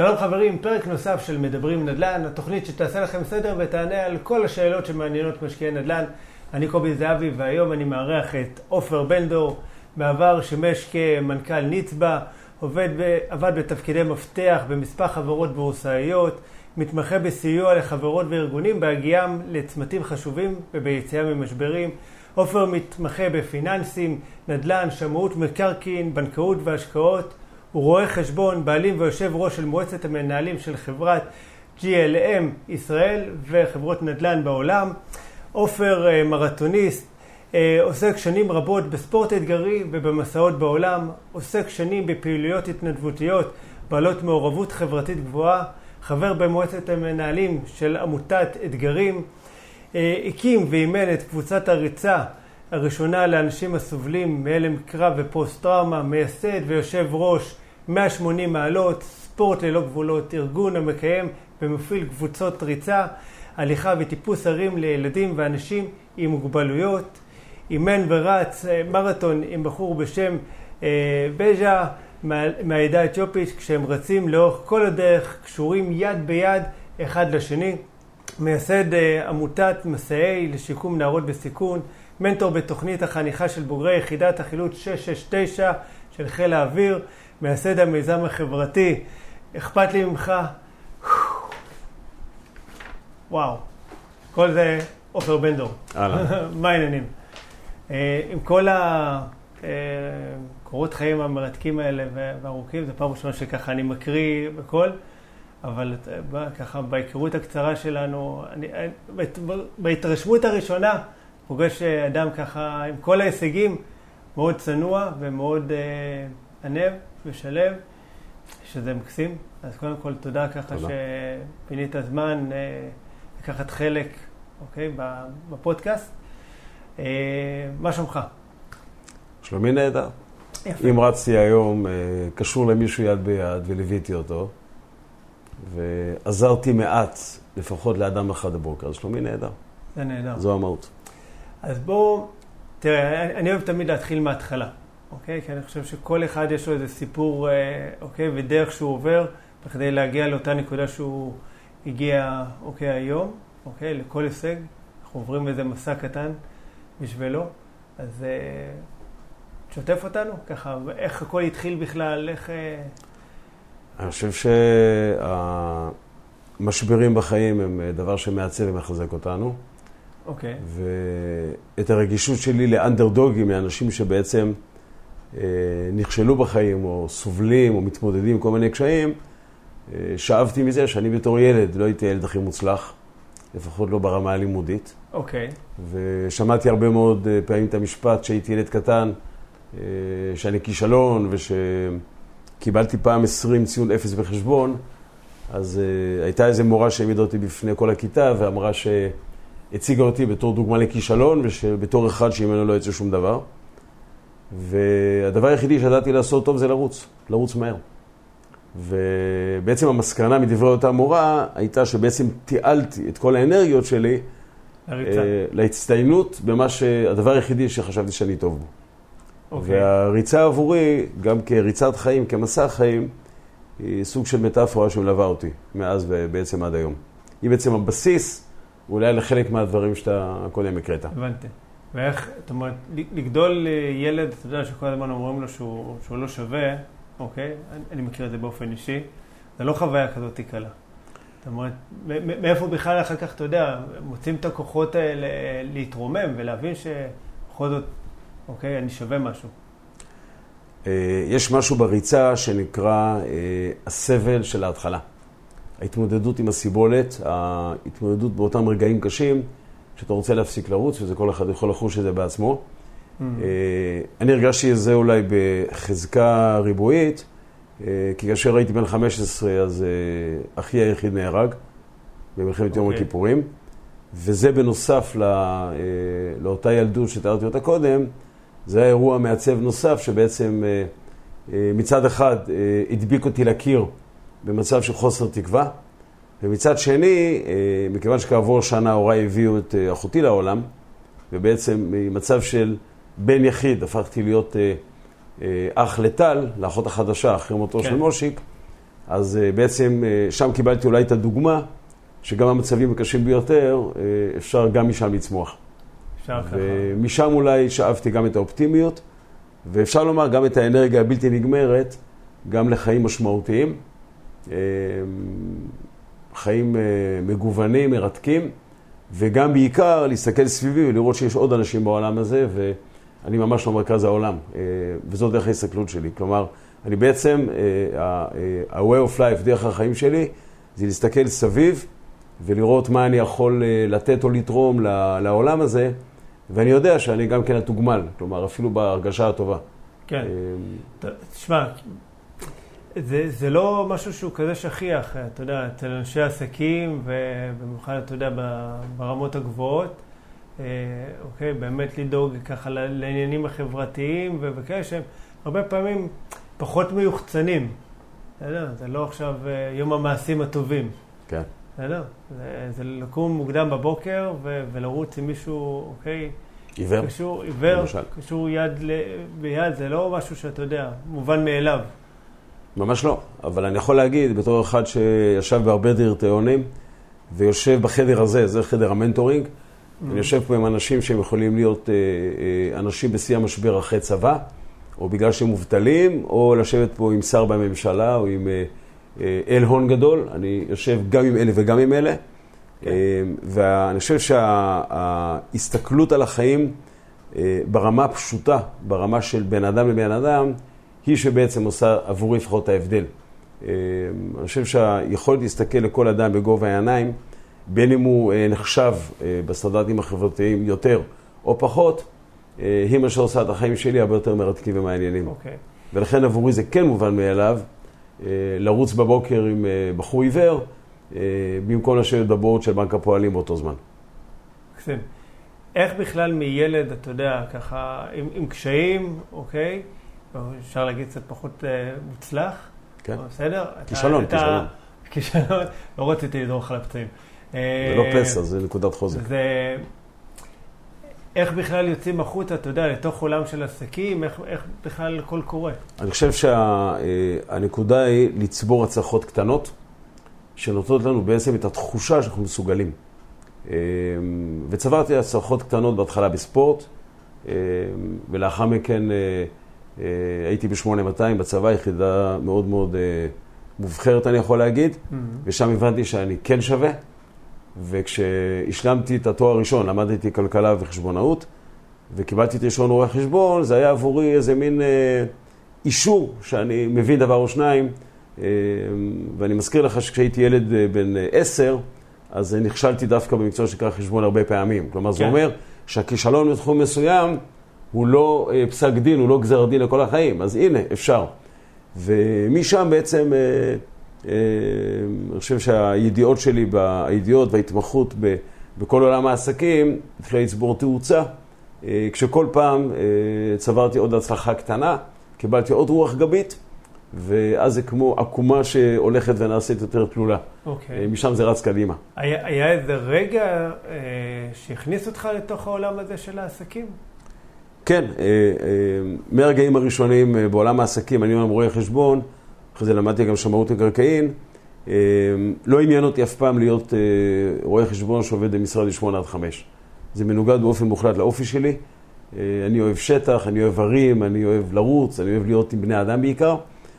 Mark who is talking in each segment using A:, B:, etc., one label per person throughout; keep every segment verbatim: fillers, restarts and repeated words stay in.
A: שלום חברים, פרק נוסף של מדברים נדל"ן, התוכנית שתעשה לכם סדר ותענה על כל השאלות שמעניינות משקיעי נדל"ן. אני קובי זהבי והיום אני מארח את עופר בן דור, בעבר שימש כמנכ"ל ניצבה, עובד ב, עבד בתפקידי מפתח במספר חברות בורסאיות, מתמחה בסיוע לחברות וארגונים בהגיעם לצמתים חשובים וביציאה ממשברים. עופר מתמחה בפיננסים, נדל"ן, שמאות מקרקעין, בנקאות והשקעות. הוא רואה חשבון, בעלים ויושב ראש של מועצת המנהלים של חברת ג'י אל אם ישראל וחברות נדל"ן בעולם. עופר מרתוניסט, עוסק שנים רבות בספורט אתגרי ובמסעות בעולם, עוסק שנים בפעילויות התנדבותיות בעלות מעורבות חברתית גבוהה, חבר במועצת המנהלים של עמותת אתגרים, הקים ואימן את קבוצת הריצה הראשונה לאנשים הסובלים מהלם קרב ופוסט-טראומה, מייסד ויושב ראש מאה ושמונים מעלות, ספורט ללא גבולות, ארגון המקיים ומפעיל קבוצות ריצה, הליכה וטיפוס הרים לילדים ואנשים עם מוגבלויות, אימן ורץ מרתון עם בחור בשם אה, בז'ה מהעדה האתיופית, כשהם רצים לאורך כל הדרך, קשורים יד ביד אחד לשני, מייסד אה, עמותת מסעי לשיקום נערות בסיכון, מנטור בתוכנית החניכה של בוגרי יחידת החילוץ שש שש תשע של חיל האוויר, מייסד המיזם החברתי, אכפת לי ממך. וואו, כל זה עופר בן דור.
B: אהלן.
A: מה העניינים? עם כל הקורות חיים המרתקים האלה והארוכים, זה פעם ראשונה שככה אני מקריא בכל, אבל ככה בהיכרות הקצרה שלנו, אני, בהתרשמות הראשונה, פוגש אדם ככה עם כל ההישגים, מאוד צנוע ומאוד אה, ענב ושלב, שזה מקסים. אז קודם כל תודה ככה תודה. שפינית הזמן אה, לקחת חלק, אוקיי, בפודקאסט. אה, מה שלומך?
B: שלומי נהדר. יפה. אם רצתי היום, אה, קשור למישהו יד ביד וליוויתי אותו, ועזרתי מעט, לפחות לאדם אחד הבוקר, אז שלומי נהדר.
A: זה נהדר.
B: זו המהות.
A: אז בואו, תראה, אני אוהב תמיד להתחיל מההתחלה, אוקיי? כי אני חושב שכל אחד יש לו איזה סיפור, אוקיי? ודרך שהוא עובר, בכדי להגיע לאותה נקודה שהוא הגיע, אוקיי, היום, אוקיי? לכל הישג. אנחנו עוברים איזה מסע קטן בשבילו. אז תשתף אותנו, ככה, איך הכל התחיל בכלל, איך...
B: אני חושב שהמשברים בחיים הם דבר שמעצב ומחזק אותנו.
A: אוקיי.
B: ואת הרגישות שלי לאנדרדוגים, לאנשים שבעצם אה, נכשלו בחיים, או סובלים, או מתמודדים עם כל מיני קשיים, אה, שאבתי מזה שאני בתור ילד לא הייתי ילד הכי מוצלח, לפחות לא ברמה הלימודית.
A: אוקיי.
B: ושמעתי הרבה מאוד פעמים את המשפט שהייתי ילד קטן, אה, שאני כישלון, ושקיבלתי פעם עשרים ציון אפס בחשבון, אז אה, הייתה איזו מורה שהעמידה אותי בפני כל הכיתה, ואמרה ש... הציגה אותי בתור דוגמה לכישלון, ובתור אחד שממנו לא יצא שום דבר. והדבר היחידי שידעתי לעשות טוב זה לרוץ, לרוץ מהר. ובעצם המסקנה מדברי אותה מורה הייתה שבעצם תיעלתי את כל האנרגיות שלי
A: הריצה.
B: להצטיינות במה שהדבר היחידי שחשבתי שאני טוב בו.
A: אוקיי.
B: והריצה עבורי, גם כריצת חיים, כמסע חיים, היא סוג של מטאפורה שמלווה אותי מאז ובעצם עד היום. היא בעצם הבסיס, אולי לחלק מהדברים שאתה קודם הקראת.
A: הבנתי. ואיך, זאת אומרת, לגדול ילד, אתה יודע שכל הזמן אומרים לו שהוא, שהוא לא שווה, אוקיי? אני, אני מכיר את זה באופן אישי. זה לא חוויה כזאת קלה. זאת אומרת, מאיפה בכלל אחר כך, אתה יודע, מוצאים את הכוחות האלה להתרומם ולהבין שבכל זאת, אוקיי, אני שווה משהו.
B: יש משהו בריצה שנקרא הסבל של ההתחלה. ההתמודדות עם הסיבולת, ההתמודדות באותם רגעים קשים, שאתה רוצה להפסיק לרוץ, וזה כל אחד יכול לחוש את זה בעצמו. Mm-hmm. אני הרגשתי את זה אולי בחזקה ריבועית, כי כאשר הייתי בן חמש עשרה, אז אחי היחיד נהרג, במלחמת okay. יום הכיפורים, וזה בנוסף לא, לאותה ילדות שתיארתי אותה קודם, זה היה אירוע מעצב נוסף, שבעצם מצד אחד הדביק אותי לקיר, במצב של חוסר תקווה, ומצד שני, מכיוון שכעבור שנה הוריי הביאו את אחותי לעולם, ובעצם ממצב של בן יחיד הפכתי להיות אח לטל, לאחות החדשה, אחרי מותו כן. של מושיק, אז בעצם שם קיבלתי אולי את הדוגמה, שגם המצבים הקשים ביותר, אפשר גם משם לצמוח.
A: אפשר ככה.
B: ומשם אולי שאפתי גם את האופטימיות, ואפשר לומר גם את האנרגיה הבלתי נגמרת, גם לחיים משמעותיים, חיים מגוונים, מרתקים, וגם בעיקר להסתכל סביבי ולראות שיש עוד אנשים בעולם הזה, ואני ממש לא מרכז העולם, וזאת דרך ההסתכלות שלי. כלומר, אני בעצם, ה-way of life, דרך החיים שלי, זה להסתכל סביב ולראות מה אני יכול לתת או לתרום לעולם הזה, ואני יודע שאני גם כן התוגמל, כלומר, אפילו בהרגשה הטובה.
A: כן. תשמע, זה, זה לא משהו שהוא כזה שכיח, אתה יודע, אצל אנשי עסקים, ובמיוחד, אתה יודע, ברמות הגבוהות, אוקיי, באמת לדאוג ככה לעניינים החברתיים, וכאלה שהם הרבה פעמים פחות מיוחצנים. אתה יודע, זה לא עכשיו יום המעשים הטובים.
B: כן.
A: אתה יודע, זה, זה לקום מוקדם בבוקר ו, ולרוץ עם מישהו, אוקיי,
B: עיוור.
A: קשור, עיוור, קשור יד ל, ביד, זה לא משהו שאתה יודע, מובן מאליו.
B: ממש לא, אבל אני יכול להגיד, בתור אחד שישב בהרבה דירקטוריונים, ויושב בחדר הזה, זה חדר המנטורינג, mm-hmm. אני יושב פה עם אנשים שהם יכולים להיות אה, אה, אנשים בשיא המשבר אחרי צבא, או בגלל שהם מובטלים, או לשבת פה עם שר בממשלה, או עם אה, אה, אל הון גדול. אני יושב גם עם אלה וגם עם אלה. Okay. אה, ואני חושב שההסתכלות על החיים אה, ברמה פשוטה, ברמה של בן אדם לבן אדם, היא שבעצם עושה עבורי לפחות ההבדל. אני חושב שהיכולת להסתכל לכל אדם בגובה העיניים, בין אם הוא נחשב בסטנדרטים החברתיים יותר או פחות, היא מה שעושה את החיים שלי הרבה יותר מרתקים ומעניינים.
A: Okay.
B: ולכן עבורי זה כן מובן מאליו, לרוץ בבוקר עם בחור עיוור, במקום לשבת בבורד של בנק הפועלים באותו זמן.
A: מקסים. איך בכלל מילד, אתה יודע, ככה, עם, עם קשיים, אוקיי? אפשר להגיד קצת פחות מוצלח.
B: כן.
A: בסדר?
B: כישלון, כישלון.
A: כישלון, לא רציתי לדרוך על הפצעים.
B: זה לא פסע, זה נקודת חוזק.
A: זה... איך בכלל יוצאים החוצה, אתה יודע, לתוך עולם של עסקים, איך, איך בכלל הכל קורה?
B: אני חושב שהנקודה היא לצבור הצלחות קטנות, שנותנות לנו בעצם את התחושה שאנחנו מסוגלים. וצברתי הצלחות קטנות בהתחלה בספורט, ולאחר מכן הייתי ב-שמונה מאתיים בצבא, יחידה מאוד מאוד מובחרת אני יכול להגיד, mm-hmm. ושם הבנתי שאני כן שווה, וכשהשלמתי את התואר הראשון, למדתי כלכלה וחשבונאות, וקיבלתי את ראשון רואה חשבון, זה היה עבורי איזה מין אה, אישור שאני מבין דבר או שניים, אה, ואני מזכיר לך שכשהייתי ילד בן עשר, אז נכשלתי דווקא במקצוע שנקרא חשבון הרבה פעמים. כלומר, כן. זה אומר שהכישלון בתחום מסוים הוא לא אה, פסק דין, הוא לא גזר דין לכל החיים. אז הנה, אפשר. ומשם בעצם, אה, אה, אני חושב שהידיעות שלי, הידיעות וההתמחות ב, בכל עולם העסקים, התחילה לצבור תאוצה. אה, כשכל פעם אה, צברתי עוד הצלחה קטנה, קיבלתי עוד רוח גבית, ואז זה כמו עקומה שהולכת ונעשית יותר תלולה.
A: אוקיי.
B: משם זה רץ קדימה.
A: היה, היה איזה רגע אה, שהכניס אותך לתוך העולם הזה של העסקים?
B: כן, אה, אה, מהרגעים הראשונים אה, בעולם העסקים, אני אומר רואה חשבון, אחרי זה למדתי גם שמאות מקרקעין, אה, לא עניין אותי אף פעם להיות אה, רואה חשבון שעובד במשרד משמונה עד חמש. זה מנוגד באופן מוחלט לאופי שלי. אה, אני אוהב שטח, אני אוהב ערים, אני אוהב לרוץ, אני אוהב להיות עם בני אדם בעיקר.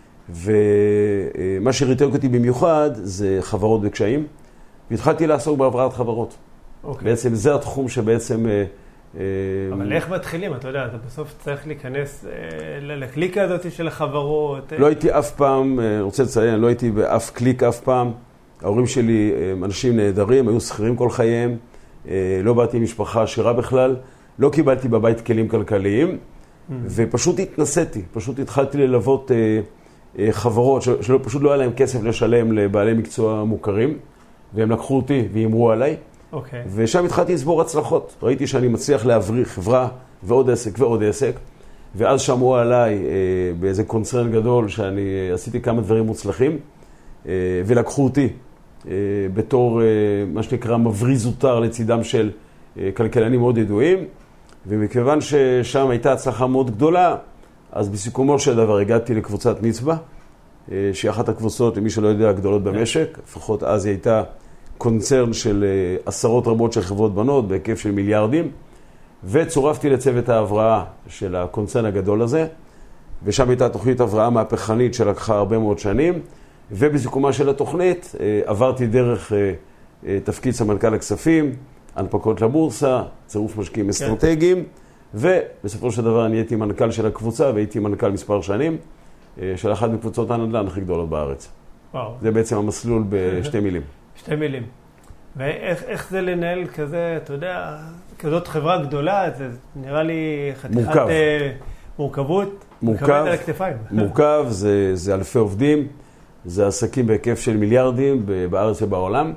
B: ומה שריתק אותי במיוחד זה חברות בקשיים, והתחלתי לעסוק בהבראת חברות. Okay. בעצם זה התחום שבעצם...
A: אבל איך מתחילים? אתה יודע, אתה בסוף צריך להיכנס לקליקה הזאת של החברות.
B: לא הייתי אף פעם, רוצה לציין, לא הייתי באף קליק אף פעם. ההורים שלי אנשים נהדרים, היו שכירים כל חייהם, לא באתי משפחה עשירה בכלל, לא קיבלתי בבית כלים כלכליים, mm-hmm. ופשוט התנסיתי, פשוט התחלתי ללוות... חברות שלא, פשוט לא היה להם כסף לשלם לבעלי מקצוע מוכרים, והם לקחו אותי ואימרו עליי.
A: Okay.
B: ושם התחלתי לצבור הצלחות. ראיתי שאני מצליח להבריא חברה ועוד עסק ועוד עסק, ואז שמעו עליי אה, באיזה קונצרן גדול שאני עשיתי כמה דברים מוצלחים, אה, ולקחו אותי אה, בתור אה, מה שנקרא מבריא זוטר לצידם של אה, כלכלנים מאוד ידועים, ומכיוון ששם הייתה הצלחה מאוד גדולה, אז בסיכומו של דבר הגעתי לקבוצת נצבא, שהיא אחת הקבוצות, למי שלא יודע, הגדולות במשק. לפחות אז היא הייתה קונצרן של עשרות רבות של חברות בנות, בהיקף של מיליארדים. וצורפתי לצוות ההבראה של הקונצרן הגדול הזה, ושם הייתה תוכנית הבראה מהפכנית שלקחה הרבה מאוד שנים, ובסיכומה של התוכנית עברתי דרך תפקיד סמנכ"ל הכספים, הנפקות לבורסה, צירוף משקיעים אסטרטגיים, ובסופו של דבר אני הייתי מנכ"ל של הקבוצה, והייתי מנכ"ל מספר שנים, של אחת מקבוצות הנדל"ן הכי גדולות בארץ.
A: וואו.
B: זה בעצם המסלול בשתי מילים.
A: שתי מילים. ואיך איך זה לנהל כזה, אתה יודע, כזאת חברה גדולה, זה נראה לי חתיכת
B: מורכב.
A: מורכבות.
B: מורכב,
A: על הכתפיים.
B: מורכב, זה, זה אלפי עובדים, זה עסקים בהיקף של מיליארדים בארץ ובעולם.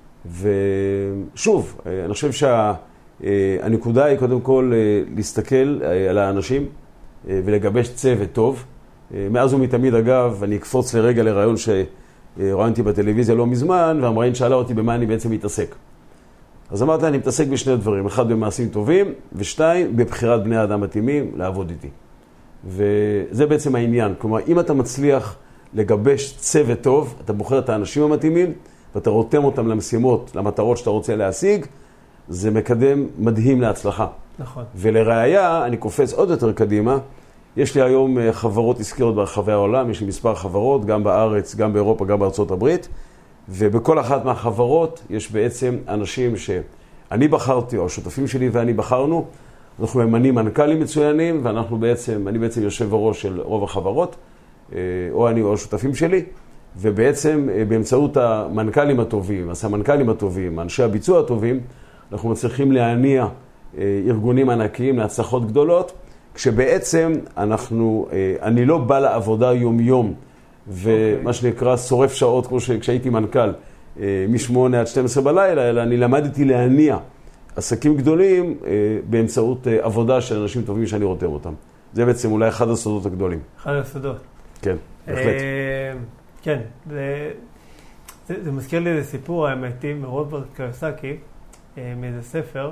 B: ושוב, אני חושב שהנקודה היא קודם כל להסתכל על האנשים ולגבש צוות טוב. מאז ומתמיד, אגב, אני אקפוץ לרגע לרעיון שראיינתי בטלוויזיה לא מזמן, והמראיין שאלה אותי במה אני בעצם מתעסק. אז אמרתי, אני מתעסק בשני דברים, אחד במעשים טובים, ושתיים, בבחירת בני האדם מתאימים לעבוד איתי. וזה בעצם העניין. כלומר, אם אתה מצליח לגבש צוות טוב, אתה בוחר את האנשים המתאימים, ואתה רותם אותם למשימות, למטרות שאתה רוצה להשיג, זה מקדם מדהים להצלחה.
A: נכון.
B: ולראיה, אני קופץ עוד יותר קדימה, יש לי היום חברות עסקיות ברחבי העולם, יש לי מספר חברות, גם בארץ, גם באירופה, גם בארצות הברית, ובכל אחת מהחברות יש בעצם אנשים שאני בחרתי, או השותפים שלי ואני בחרנו, אנחנו ממנים מנכ"לים מצוינים, ואנחנו בעצם, אני בעצם יושב הראש של רוב החברות, או אני או השותפים שלי, ובעצם באמצעות המנכ"לים הטובים, הסמנכ"לים הטובים, אנשי הביצוע הטובים, אנחנו מצליחים להניע ארגונים ענקיים להצלחות גדולות, כשבעצם אנחנו, אני לא בא לעבודה יום-יום, ומה שנקרא שורף שעות, כמו כשהייתי מנכ"ל, משמונה עד שתים עשרה בלילה, אלא אני למדתי להניע עסקים גדולים באמצעות עבודה של אנשים טובים שאני רותם אותם. זה בעצם אולי אחד הסודות הגדולים.
A: אחד הסודות.
B: כן, בהחלט.
A: כן, זה, זה, זה מזכיר לי איזה סיפור האמיתי מרוברט קיוסקי, מאיזה ספר,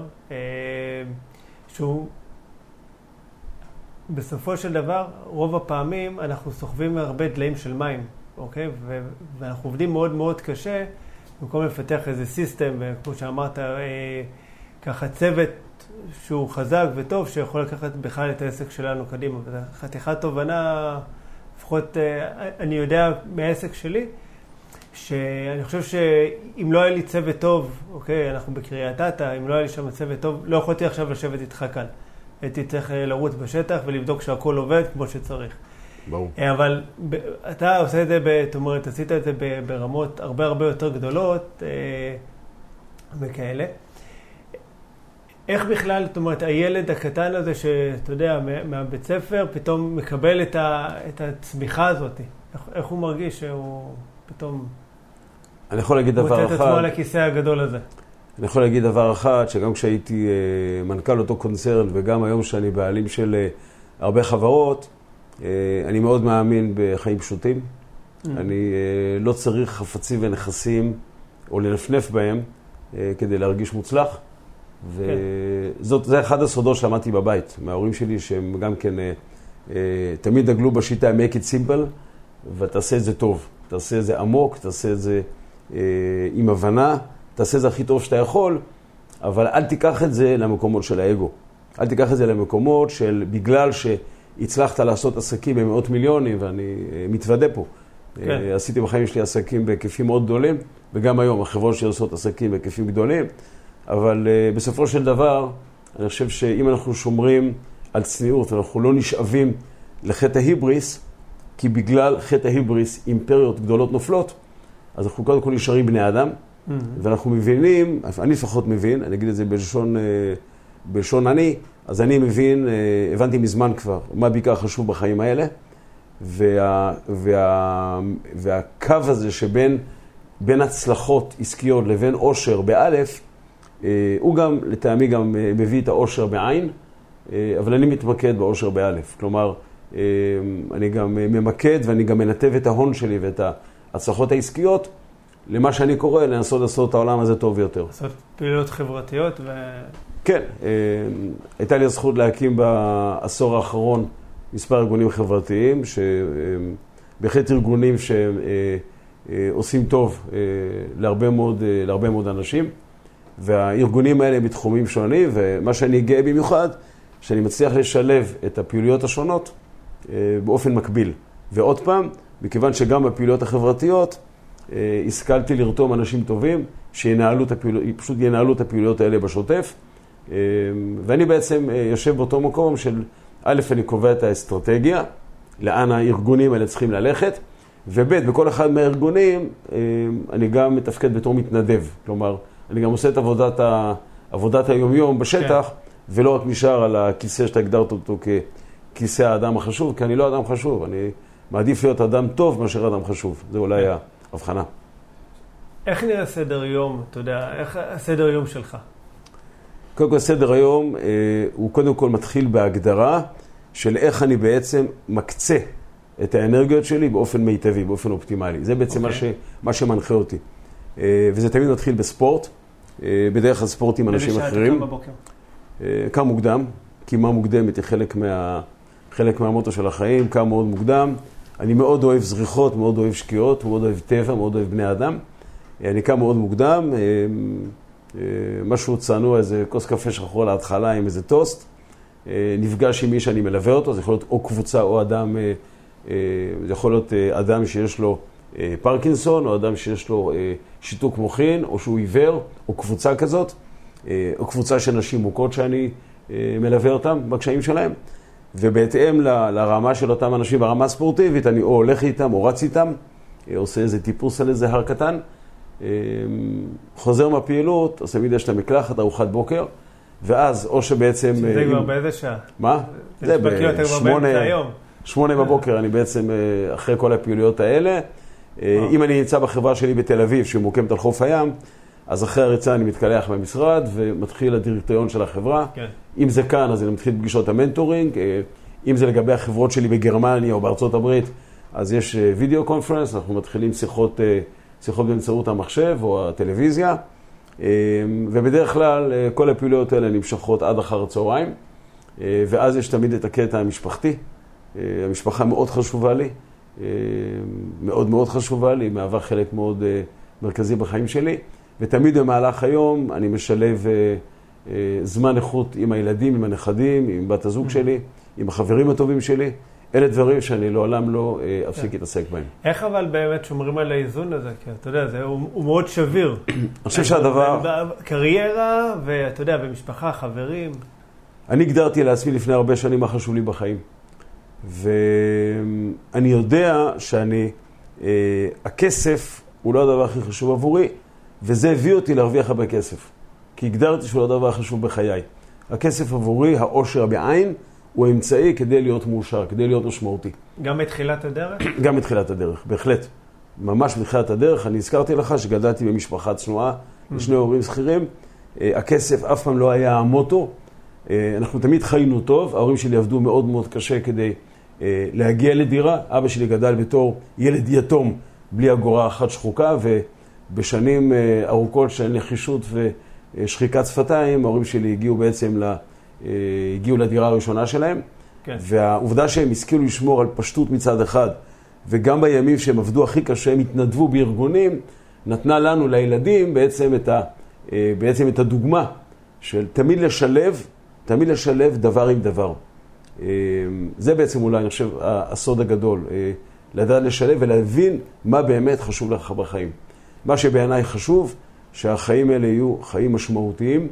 A: שהוא בסופו של דבר, רוב הפעמים אנחנו סוחבים הרבה דליים של מים, אוקיי? ו- ואנחנו עובדים מאוד מאוד קשה, במקום לפתח איזה סיסטם, וכמו שאמרת, אה, ככה צוות שהוא חזק וטוב, שיכול לקחת בכלל את העסק שלנו קדימה. וזו חתיכת תובנה, לפחות אה, אני יודע מהעסק שלי, שאני חושב שאם לא היה לי צוות טוב, אוקיי, אנחנו בקריית אתא, אם לא היה לי שם צוות טוב, לא יכולתי עכשיו לשבת איתך כאן. הייתי צריך לרוץ בשטח ולבדוק שהכל עובד כמו שצריך.
B: ברור.
A: אבל אתה עושה את זה, זאת אומרת, עשית את זה ברמות הרבה הרבה יותר גדולות וכאלה. איך בכלל, זאת אומרת, הילד הקטן הזה שאתה יודע, מהבית ספר, פתאום מקבל את, ה, את הצמיחה הזאת? איך, איך הוא מרגיש שהוא פתאום...
B: אני יכול להגיד דבר אחד.
A: מוצא את עצמו על הכיסא הגדול הזה.
B: אני יכול להגיד דבר אחד, שגם כשהייתי מנכ"ל אותו קונצרן, וגם היום שאני בעלים של הרבה חברות, אני מאוד מאמין בחיים פשוטים. Mm. אני לא צריך חפצים ונכסים, או לנפנף בהם, כדי להרגיש מוצלח. וזה אחד הסודות שלמדתי בבית, מההורים שלי, שהם גם כן תמיד דגלו בשיטה make it simple, ותעשה את זה טוב. תעשה את זה עמוק, תעשה את זה עם הבנה, תעשה את זה הכי טוב שאתה יכול, אבל אל תיקח את זה למקומות של האגו. אל תיקח את זה למקומות של, בגלל שהצלחת לעשות עסקים במאות מיליונים, ואני מתוודה פה. כן. עשיתי בחיים שלי עסקים בהיקפים מאוד גדולים, וגם היום החברות שלי עושות עסקים בהיקפים גדולים, אבל בסופו של דבר, אני חושב שאם אנחנו שומרים על צניעות, אנחנו לא נשאבים לחטא ההיבריס, כי בגלל חטא ההיבריס אימפריות גדולות נופלות, אז אנחנו קודם כל נשארים בני אדם, mm-hmm. ואנחנו מבינים, אני לפחות מבין, אני אגיד את זה בלשון, בלשון אני, אז אני מבין, הבנתי מזמן כבר, מה בעיקר חשוב בחיים האלה, וה, וה, והקו הזה שבין בין הצלחות עסקיות לבין עושר באלף, הוא גם, לטעמי, גם מביא את העושר בעין, אבל אני מתמקד בעושר באלף. כלומר, אני גם ממקד ואני גם מנתב את ההון שלי ואת ההצלחות העסקיות למה שאני קורא, לנסות לעשות את העולם הזה טוב יותר. לעשות
A: פעילות חברתיות ו...
B: כן, הייתה לי הזכות להקים בעשור האחרון מספר ארגונים חברתיים, בהחלט ארגונים שעושים טוב להרבה מאוד, להרבה מאוד אנשים, והארגונים האלה הם בתחומים שונים, ומה שאני גאה במיוחד, שאני מצליח לשלב את הפעילויות השונות באופן מקביל. ועוד פעם, מכיוון שגם בפעילויות החברתיות, השכלתי לרתום אנשים טובים, שינהלו את הפעילויות, פשוט ינהלו את הפעילויות האלה בשוטף, ואני בעצם יושב באותו מקום של, א', אני קובע את האסטרטגיה, לאן הארגונים האלה צריכים ללכת, וב', בכל אחד מהארגונים, אני גם מתפקד בתור מתנדב. כלומר, אני גם עושה את עבודת, ה, עבודת היומיום בשטח, כן. ולא רק נשאר על הכיסא שאתה הגדרת אותו ככיסא האדם החשוב, כי אני לא אדם חשוב, אני מעדיף להיות אדם טוב מאשר אדם חשוב. זה אולי כן. ההבחנה.
A: איך נראה סדר יום, אתה יודע, איך הסדר יום שלך?
B: קודם כל, סדר היום אה, הוא קודם כל מתחיל בהגדרה של איך אני בעצם מקצה את האנרגיות שלי באופן מיטבי, באופן אופטימלי. זה בעצם okay. מה, ש, מה שמנחה אותי. אה, וזה תמיד מתחיל בספורט, אה, בדרך כלל ספורט עם אנשים אחרים. איזה שעה אתה קם בבוקר? אה, קם מוקדם, קימה מוקדמת היא חלק, מה, חלק מהמוטו של החיים, קם מאוד מוקדם. אני מאוד אוהב זריחות, מאוד אוהב שקיעות, מאוד אוהב טבע, מאוד אוהב בני אדם. אה, אני קם מאוד מוקדם, אה, משהו צנוע, איזה כוס קפה שחור להתחלה עם איזה טוסט, נפגש עם מי שאני מלווה אותו, זה יכול להיות או קבוצה או אדם, זה יכול להיות אדם שיש לו פרקינסון, או אדם שיש לו שיתוק מוחין, או שהוא עיוור, או קבוצה כזאת, או קבוצה של נשים מוכות שאני מלווה אותם בקשיים שלהם, ובהתאם ל- לרמה של אותם אנשים ברמה הספורטיבית, אני או הולך איתם או רץ איתם, עושה איזה טיפוס על איזה הר קטן, חוזר מהפעילות, עושה מידי של המקלחת, ארוחת בוקר, ואז או שבעצם...
A: זה כבר באיזה שעה?
B: מה?
A: זה בשמונה...
B: שמונה בבוקר, אני בעצם אחרי כל הפעילויות האלה. אם אני נמצא בחברה שלי בתל אביב, שמוקמת על חוף הים, אז אחרי הריצה אני מתקלח במשרד, ומתחיל הדירקטוריון של החברה. אם זה כאן, אז אני מתחיל פגישות המנטורינג. אם זה לגבי החברות שלי בגרמניה או בארצות הברית, אז יש וידאו קונפרנס, אנחנו מתחילים שיחות... שיחות באמצעות המחשב או הטלוויזיה, ובדרך כלל כל הפעילויות האלה נמשכות עד אחר הצהריים, ואז יש תמיד את הקטע המשפחתי. המשפחה מאוד חשובה לי, מאוד מאוד חשובה לי, מהווה חלק מאוד מרכזי בחיים שלי, ותמיד במהלך היום אני משלב זמן איכות עם הילדים, עם הנכדים, עם בת הזוג שלי, עם החברים הטובים שלי. אלה דברים שאני לעולם לא אפסיק להתעסק בהם.
A: איך אבל באמת שומרים על האיזון הזה? כי אתה יודע, זה, הוא, הוא מאוד שביר.
B: אני חושב שהדבר...
A: קריירה, ואתה יודע, במשפחה, חברים.
B: אני הגדרתי לעצמי לפני הרבה שנים מה חשוב לי בחיים. ואני יודע שאני, הכסף הוא לא הדבר הכי חשוב עבורי, וזה הביא אותי להרוויח הרבה כסף. כי הגדרתי שהוא לא הדבר החשוב בחיי. הכסף עבורי, העושר בעין, הוא אמצעי כדי להיות מאושר, כדי להיות משמעותי.
A: גם מתחילת הדרך?
B: גם מתחילת הדרך, בהחלט. ממש מתחילת הדרך. אני הזכרתי לך שגדלתי במשפחה צנועה, לשני הורים שכירים. הכסף אף פעם לא היה המוטו. אנחנו תמיד חיינו טוב. ההורים שלי עבדו מאוד מאוד קשה כדי להגיע לדירה. אבא שלי גדל בתור ילד יתום בלי אגורה אחת שחוקה, ובשנים ארוכות של נחישות ושחיקת שפתיים, ההורים שלי הגיעו בעצם ל... הגיעו לדירה הראשונה שלהם, כן. והעובדה שהם השכילו לשמור על פשטות מצד אחד, וגם בימים שהם עבדו הכי קשה, הם התנדבו בארגונים, נתנה לנו, לילדים, בעצם את, ה, בעצם את הדוגמה של תמיד לשלב, תמיד לשלב דבר עם דבר. זה בעצם אולי, אני חושב, הסוד הגדול, לדעת לשלב ולהבין מה באמת חשוב לך בחיים. מה שבעיניי חשוב, שהחיים האלה יהיו חיים משמעותיים,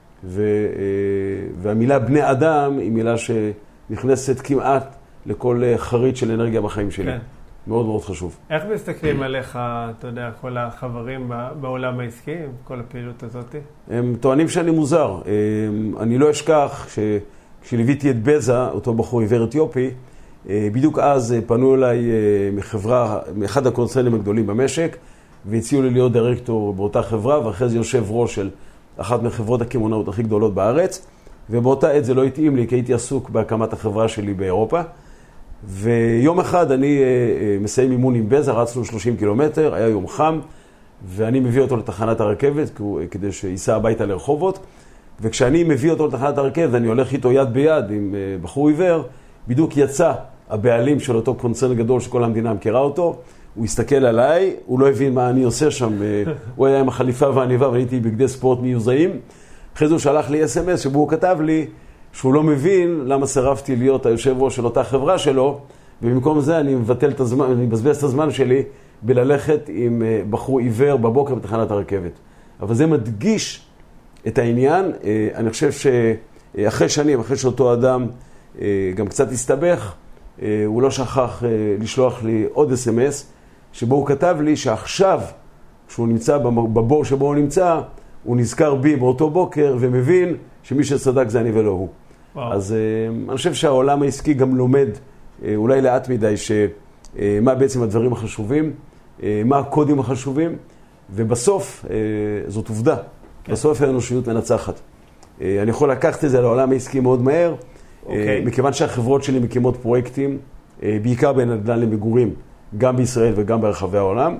B: והמילה בני אדם היא מילה שנכנסת כמעט לכל חריט של אנרגיה בחיים שלי. כן. מאוד מאוד חשוב.
A: איך מסתכלים עליך, אתה יודע, כל החברים בעולם העסקי, כל הפעילות הזאת?
B: הם טוענים שאני מוזר. אני לא אשכח שכשליוויתי את בזה, אותו בחור עיוור אתיופי, בדיוק אז פנו אליי מחברה, מאחד הקונצרנים הגדולים במשק, והציעו לי להיות דירקטור באותה חברה, ואחרי זה יושב ראש של אחת מחברות הקמעונאות הכי גדולות בארץ, ובאותה עת זה לא התאים לי, כי הייתי עסוק בהקמת החברה שלי באירופה. ויום אחד אני מסיים אימון עם בזה, רצנו שלושים קילומטר, היה יום חם, ואני מביא אותו לתחנת הרכבת, כדי שייסע הביתה לרחובות, וכשאני מביא אותו לתחנת הרכבת, אני הולך איתו יד ביד עם בחור עיוור, בדיוק יצא הבעלים של אותו קונצרן גדול שכל המדינה מכירה אותו, הוא הסתכל עליי, הוא לא הבין מה אני עושה שם, הוא היה עם החליפה והעניבה ואני הייתי בגדי ספורט מיוזעים. אחרי זה הוא שלח לי אס אם אס שבו הוא כתב לי שהוא לא מבין למה סירבתי להיות היושב ראש של אותה חברה שלו, ובמקום זה אני מבטל את הזמן, אני מבזבז את הזמן שלי בללכת עם בחור עיוור בבוקר בתחנת הרכבת. אבל זה מדגיש את העניין. אני חושב שאחרי שנים, אחרי שאותו אדם גם קצת הסתבך, הוא לא שכח לשלוח לי עוד אס אם אס, שבו הוא כתב לי שעכשיו, כשהוא נמצא בבור שבו הוא נמצא, הוא נזכר בי באותו בוקר ומבין שמי שצדק זה אני ולא הוא. וואו. אז אני חושב שהעולם העסקי גם לומד, אולי לאט מדי, שמה בעצם הדברים החשובים, מה הקודים החשובים, ובסוף זאת עובדה. כן. בסוף האנושיות מנצחת. אני יכול לקחת את זה לעולם העסקי מאוד מהר, אוקיי. מכיוון שהחברות שלי מקימות פרויקטים, בעיקר בנדל"ן למגורים, גם בישראל וגם ברחבי העולם.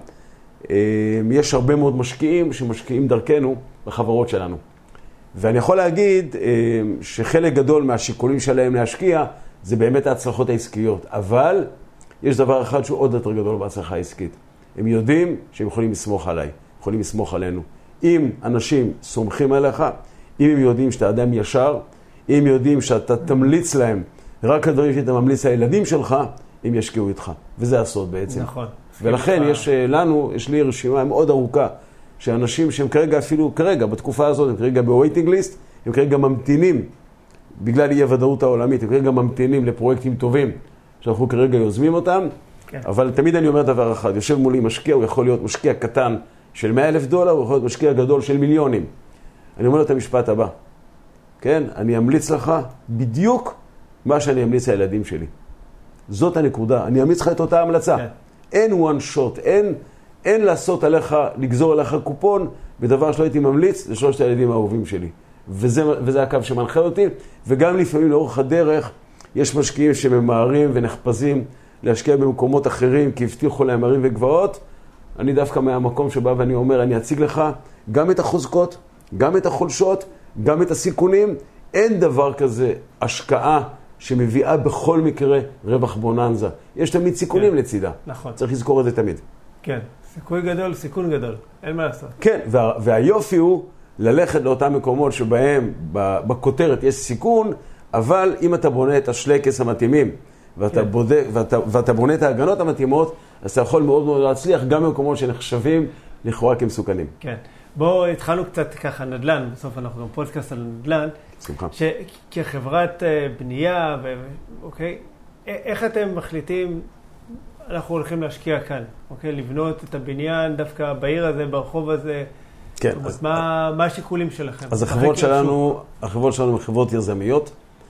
B: יש הרבה מאוד משקיעים שמשקיעים דרכנו בחברות שלנו. ואני יכול להגיד שחלק גדול מהשיקולים שלהם להשקיע זה באמת ההצלחות העסקיות. אבל יש דבר אחד שהוא עוד יותר גדול בהצלחה העסקית. הם יודעים שהם יכולים לסמוך עליי, יכולים לסמוך עלינו. אם אנשים סומכים עליך, אם הם יודעים שאתה אדם ישר, אם יודעים שאתה תמליץ להם רק הדברים שאתה ממליץ לילדים שלך, הם ישקיעו איתך. וזה הסוד בעצם.
A: נכון.
B: ולכן יש לנו, יש לי רשימה מאוד ארוכה, שאנשים שהם כרגע אפילו, כרגע, בתקופה הזאת, הם כרגע ב-waiting list, הם כרגע ממתינים, בגלל אי הוודאות העולמית, הם כרגע ממתינים לפרויקטים טובים, שאנחנו כרגע יוזמים אותם, כן. אבל תמיד אני אומר דבר אחד, יושב מולי משקיע, הוא יכול להיות משקיע קטן של מאה אלף דולר, הוא יכול להיות משקיע גדול של מיליונים. אני אומר לו את המשפט הבא, כן? אני אמליץ לך בדיוק מה שאני אמליץ לילדים שלי. זאת הנקודה, אני אמליץ לך את אותה המלצה. כן. אין one shot, אין, אין לעשות עליך, לגזור עליך קופון, בדבר שלא הייתי ממליץ לשלושת הילדים האהובים שלי. וזה, וזה הקו שמנחה אותי, וגם לפעמים לאורך הדרך, יש משקיעים שממהרים ונחפזים להשקיע במקומות אחרים, כי הבטיחו להם הרים וגבעות. אני דווקא מהמקום שבא ואני אומר, אני אציג לך גם את החוזקות, גם את החולשות, גם את הסיכונים. אין דבר כזה השקעה שמביאה בכל מקרה רווח בוננזה. יש תמיד סיכונים כן. לצידה.
A: נכון.
B: צריך לזכור את זה תמיד.
A: כן, סיכוי גדול, סיכון גדול. אין מה לעשות.
B: כן, וה, והיופי הוא ללכת לאותם מקומות שבהם בכותרת יש סיכון, אבל אם אתה בונה את השלקס המתאימים, ואתה, כן. בודק, ואתה, ואתה בונה את ההגנות המתאימות, אז אתה יכול מאוד מאוד להצליח גם במקומות שנחשבים לכאורה כמסוכנים.
A: כן. בואו התחלנו קצת ככה נדל"ן, בסוף אנחנו גם פודקאסט על נדל"ן.
B: שמחה.
A: שכחברת בנייה, ו... אוקיי, איך אתם מחליטים, אנחנו הולכים להשקיע כאן, אוקיי? לבנות את הבניין דווקא בעיר הזה, ברחוב הזה.
B: כן.
A: אז, אז מה, מה השיקולים שלכם?
B: אז החברות שלנו, החברות שלנו הן חברות יזמיות.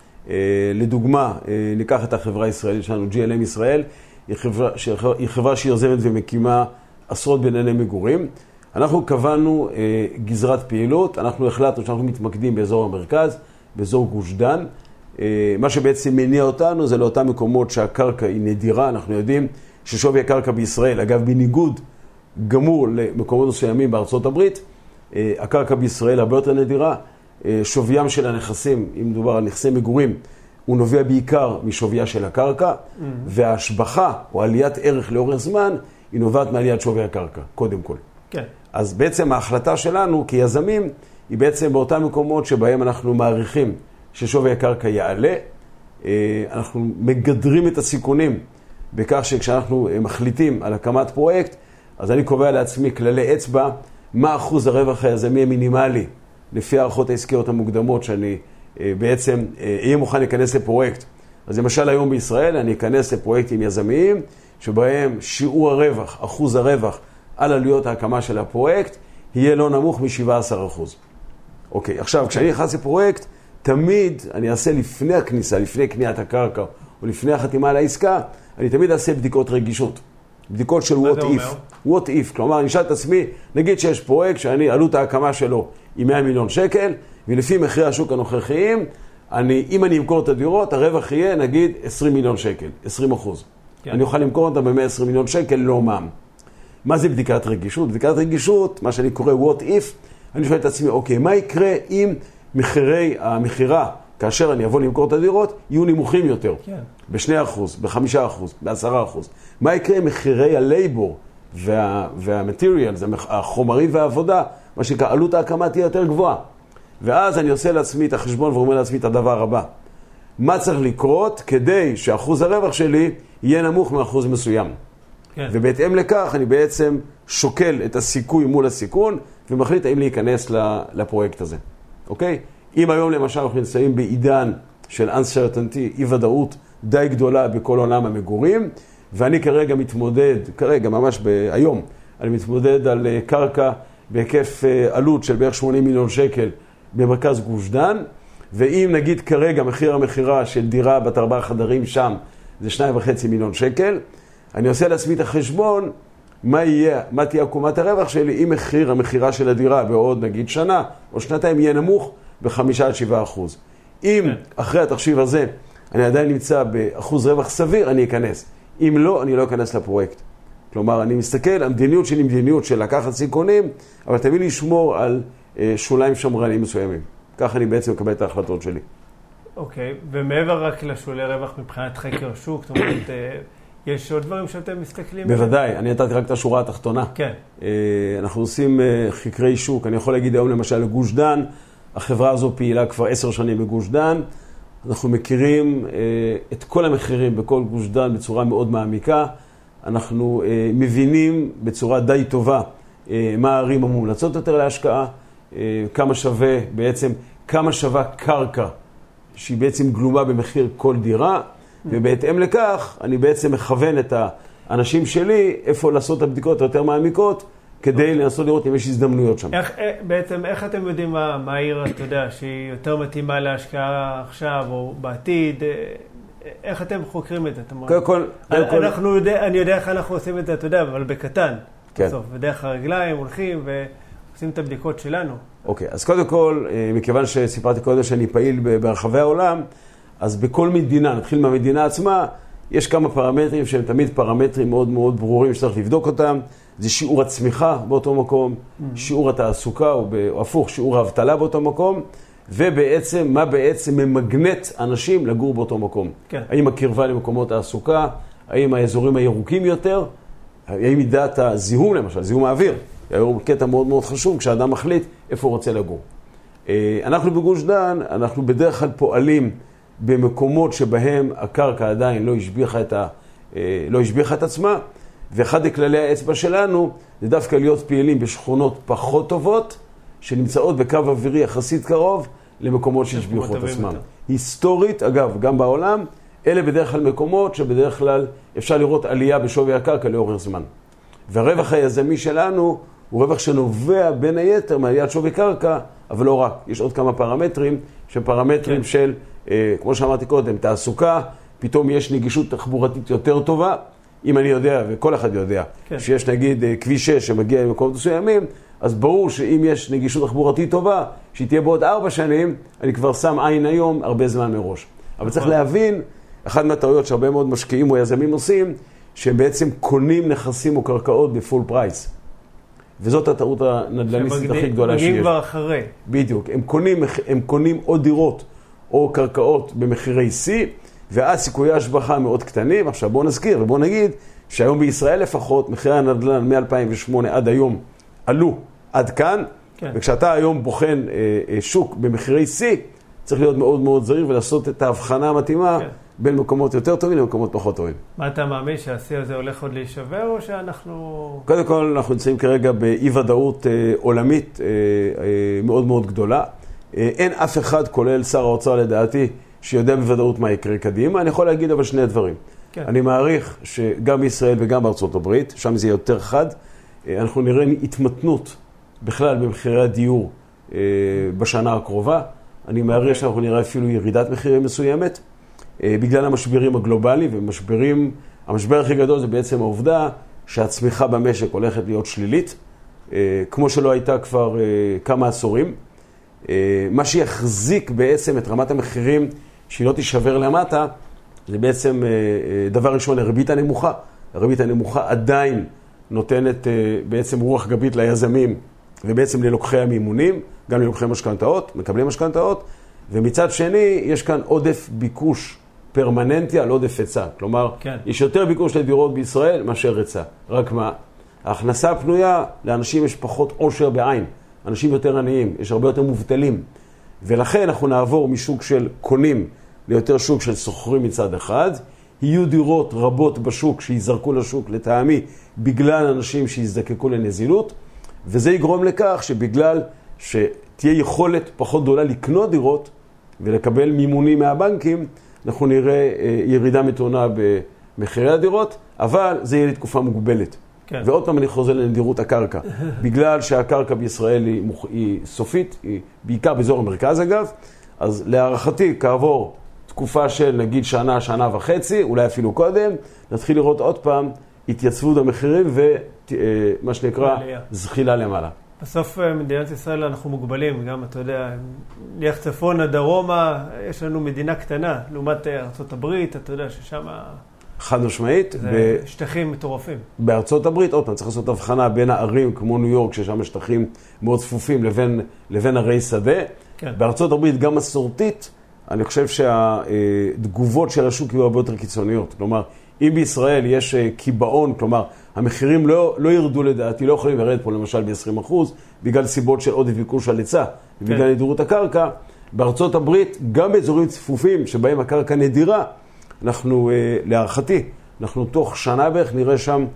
B: לדוגמה, ניקח את החברה הישראלית שלנו, ג'י אל אם ישראל, היא חברה, היא חברה שיוזמת ומקימה עשרות בנייני מגורים. אנחנו קבענו אה, גזרת פעילות, אנחנו החלטנו שאנחנו מתמקדים באזור המרכז, באזור גוש דן. אה, מה שבעצם מניע אותנו זה לאותם מקומות שהקרקע היא נדירה. אנחנו יודעים ששווי הקרקע בישראל, אגב בניגוד גמור למקומות מסוימים בארצות הברית, אה, הקרקע בישראל הרבה יותר נדירה. אה, שוויים של הנכסים, אם מדובר על נכסי מגורים, הוא נובע בעיקר משוויה של הקרקע, mm-hmm. וההשבחה או עליית ערך לאורך זמן היא נובעת מעליית שווי הקרקע, קודם כל.
A: כן.
B: אז בעצם ההחלטה שלנו כיזמים היא בעצם באותם מקומות שבהם אנחנו מעריכים ששווי הקרקע יעלה. אנחנו מגדרים את הסיכונים בכך שכשאנחנו מחליטים על הקמת פרויקט, אז אני קובע לעצמי כללי אצבע, מה אחוז הרווח היזמי המינימלי לפי הערכות העסקיות המוקדמות שאני בעצם אהיה מוכן להיכנס לפרויקט. אז למשל היום בישראל אני אכנס לפרויקטים יזמיים שבהם שיעור הרווח, אחוז הרווח על עלויות ההקמה של הפרויקט, יהיה לא נמוך מ-שבעה עשר אחוז. אוקיי, עכשיו, כשאני נכנס לפרויקט, תמיד אני אעשה לפני הכניסה, לפני קניית הקרקע, או לפני החתימה על העסקה, אני תמיד אעשה בדיקות רגישות. בדיקות של what if. what if, כלומר, אני אשאל את עצמי, נגיד שיש פרויקט שאני, עלות ההקמה שלו היא מאה מיליון שקל, ולפי מחירי השוק הנוכחיים, אני, אם אני אמכור את הדירות, הרווח יהיה, נגיד, עשרים מיליון שקל, עשרים אחוז. כן. אני אוכל למכור אותה ב-מאה ועשרים מיליון שקל, לא מע"מ. מה זה בדיקת רגישות? בדיקת רגישות, מה שאני קורא what if, אני שואל את עצמי, אוקיי, מה יקרה אם מחירי המחירה כאשר אני אבוא למכור את הדירות, יהיו נמוכים יותר.
A: כן.
B: ב-שני אחוז, ב-חמישה אחוז, ב-עשרה אחוז. מה יקרה עם מחירי הלייבור וה, והמטריאלס, החומרים והעבודה, מה שנקרא, עלות ההקמה תהיה יותר גבוהה. ואז אני עושה לעצמי את החשבון ואומר לעצמי את הדבר הבא. מה צריך לקרות כדי שאחוז הרווח שלי יהיה נמוך מאחוז מסוים? כן. ובהתאם לכך אני בעצם שוקל את הסיכוי מול הסיכון, ומחליט האם להיכנס לפרויקט הזה. אוקיי? אם היום למשל אנחנו נמצאים בעידן של uncertainty, אי ודאות די גדולה בכל עולם המגורים, ואני כרגע מתמודד, כרגע ממש היום, אני מתמודד על קרקע בהיקף עלות של בערך שמונים מיליון שקל במרכז גוש דן, ואם נגיד כרגע מחיר המחירה של דירה בת ארבעה חדרים שם זה שניים וחצי מיליון שקל, אני עושה לעצמי את החשבון מה יהיה, מה תהיה עקומת הרווח שלי אם מחיר המחירה של הדירה בעוד נגיד שנה או שנתיים יהיה נמוך בחמישה עד שבעה אחוז. אם אחרי התחשיב הזה אני עדיין נמצא באחוז רווח סביר, אני אכנס. אם לא, אני לא אכנס לפרויקט. כלומר, אני מסתכל, המדיניות שלי מדיניות של לקחת סיכונים, אבל תביא לי לשמור על שוליים שמרניים מסוימים. כך אני בעצם מקבל את ההחלטות שלי.
A: אוקיי, ומעבר רק לשולי רווח מבחינת חקר שוק, זאת אומרת, יש עוד דברים שאתם מסתכלים?
B: בוודאי, אני נתתי רק את השורה התחתונה.
A: כן.
B: אנחנו עושים חקרי שוק, אני יכול להגיד היום למשל לגוש דן, החברה הזו פעילה כבר עשר שנים בגוש דן, אנחנו מכירים את כל המחירים בכל גוש דן בצורה מאוד מעמיקה, אנחנו מבינים בצורה די טובה מה הערים המומלצות יותר להשקעה, כמה שווה בעצם, כמה שווה קרקע שהיא בעצם גלומה במחיר כל דירה, ובהתאם לכך אני בעצם מכוון את האנשים שלי איפה לעשות את הבדיקות היותר מעמיקות, כדי לנסות לראות אם יש הזדמנויות שם.
A: איך, בעצם איך אתם יודעים מה, מה העיר, אתה יודע, שהיא יותר מתאימה להשקעה עכשיו או בעתיד? איך אתם חוקרים את זה?
B: קודם כל,
A: אנחנו יודע, אני יודע איך אנחנו עושים את זה, אתה יודע, אבל בקטן. כן. בסוף, בדרך הרגליים הולכים ועושים את הבדיקות שלנו.
B: אוקיי, אז קודם כל, מכיוון שסיפרתי קודם שאני פעיל ברחבי העולם, אז בכל מדינה, נתחיל מהמדינה עצמה, יש כמה פרמטרים שהם תמיד פרמטרים מאוד מאוד ברורים שצריך לבדוק אותם. זה שיעור הצמיחה באותו מקום, mm-hmm. שיעור התעסוקה, או, ב, או הפוך, שיעור האבטלה באותו מקום, ובעצם, מה בעצם ממגנט אנשים לגור באותו מקום. כן. האם הקרבה למקומות תעסוקה, האם האזורים הירוקים יותר, האם מידת הזיהום למשל, זיהום האוויר. הוא קטע מאוד מאוד חשוב כשאדם מחליט איפה הוא רוצה לגור. אנחנו בגוש דן, אנחנו בדרך כלל פועלים במקומות שבהם הקרקע עדיין לא השביחה את, ה, לא השביחה את עצמה, ואחד מכללי האצבע שלנו זה דווקא להיות פעילים בשכונות פחות טובות, שנמצאות בקו אווירי יחסית קרוב למקומות שהשביחו את עצמם. היסטורית, אגב, גם בעולם, אלה בדרך כלל מקומות שבדרך כלל אפשר לראות עלייה בשווי הקרקע לאורך זמן. והרווח היזמי שלנו הוא רווח שנובע בין היתר מעליית שווי קרקע, אבל לא רק. יש עוד כמה פרמטרים, שפרמטרים כן. של, אה, כמו שאמרתי קודם, תעסוקה, פתאום יש נגישות תחבורתית יותר טובה. אם אני יודע, וכל אחד יודע, כן. שיש נגיד כביש שש שמגיע למקומות מסוימים, אז ברור שאם יש נגישות תחבורתית טובה, שהיא תהיה בעוד ארבע שנים, אני כבר שם עין היום הרבה זמן מראש. אבל צריך להבין, אחת מהטעויות שהרבה מאוד משקיעים או יזמים עושים, שהם בעצם קונים נכסים או קרקעות בפול פרייס. וזאת הטעות הנדל"ניסטית הכי גדולה שיש.
A: מגיעים כבר אחרי.
B: בדיוק. הם קונים, הם קונים או דירות או קרקעות במחירי C, ואז סיכויי השבחה מאוד קטנים. עכשיו בואו נזכיר ובואו נגיד שהיום בישראל לפחות מחירי הנדל"ן מ-אלפיים ושמונה עד היום עלו עד כאן, כן. וכשאתה היום בוחן אה, אה, שוק במחירי C, צריך להיות מאוד מאוד זהיר ולעשות את ההבחנה המתאימה כן. בין מקומות יותר טובים למקומות פחות טובים.
A: מה אתה מאמין, שהשיא הזה הולך עוד להישבר או שאנחנו...
B: קודם כל אנחנו נמצאים כרגע באי ודאות אה, עולמית אה, אה, מאוד מאוד גדולה. אה, אין אף אחד, כולל שר האוצר לדעתי, שיודע בוודאות מה יקרה קדימה. אני יכול להגיד אבל שני דברים. כן. אני מעריך שגם בישראל וגם בארצות הברית, שם זה יותר חד, אנחנו נראה התמתנות בכלל במחירי הדיור בשנה הקרובה. אני מעריך שאנחנו נראה אפילו ירידת מחירים מסוימת, בגלל המשברים הגלובליים, ומשברים, המשבר הכי גדול זה בעצם העובדה שהצמיחה במשק הולכת להיות שלילית, כמו שלא הייתה כבר כמה עשורים. מה שיחזיק בעצם את רמת המחירים שהיא לא תישבר למטה, זה בעצם דבר ראשון, הריבית הנמוכה. הריבית הנמוכה עדיין נותנת בעצם רוח גבית ליזמים, ובעצם ללוקחי המימונים, גם ללוקחי משכנתאות, מקבלי משכנתאות, ומצד שני, יש כאן עודף ביקוש פרמננטי על עודף היצע. כלומר, כן. יש יותר ביקוש לדירות בישראל מאשר היצע. רק מה? ההכנסה הפנויה, לאנשים יש פחות עושר בעין. אנשים יותר עניים, יש הרבה יותר מובטלים. ולכן אנחנו נעבור משוק של קונים ליותר שוק של סוחרים מצד אחד. יהיו דירות רבות בשוק שיזרקו לשוק לטעמי בגלל אנשים שיזדקקו לנזילות. וזה יגרום לכך שבגלל שתהיה יכולת פחות גדולה לקנות דירות ולקבל מימונים מהבנקים, אנחנו נראה ירידה מתונה במחירי הדירות, אבל זה יהיה לתקופה מוגבלת. כן. ועוד פעם אני חוזר לנדירות הקרקע. בגלל שהקרקע בישראל היא, מוכ... היא סופית, היא בעיקר באזור המרכז אגב, אז להערכתי כעבור תקופה של נגיד שנה, שנה וחצי, אולי אפילו קודם, נתחיל לראות עוד פעם התייצבות המחירים ומה שנקרא זחילה למעלה.
A: בסוף מדינת ישראל אנחנו מוגבלים, גם אתה יודע, נלך צפונה, דרומה, יש לנו מדינה קטנה, לעומת ארצות הברית, אתה יודע ששם
B: חד משמעית.
A: זה ב... שטחים מטורפים.
B: בארצות הברית, עוד פעם, צריך לעשות הבחנה בין הערים כמו ניו יורק, ששם שטחים מאוד צפופים, לבין, לבין ערי שדה. כן. בארצות הברית גם מסורתית, אני חושב שהתגובות של השוק יהיו הרבה יותר קיצוניות. כלומר, אם בישראל יש קיבעון, כלומר, המחירים לא, לא ירדו לדעתי, לא יכולים לרד פה למשל ב-עשרים אחוז, בגלל סיבות של עודף ביקוש על היצע, כן. בגלל נדירות הקרקע. בארצות הברית, גם באזורים צפופים שבהם הקרקע נדירה, אנחנו, להערכתי, אנחנו תוך שנה בערך נראה שם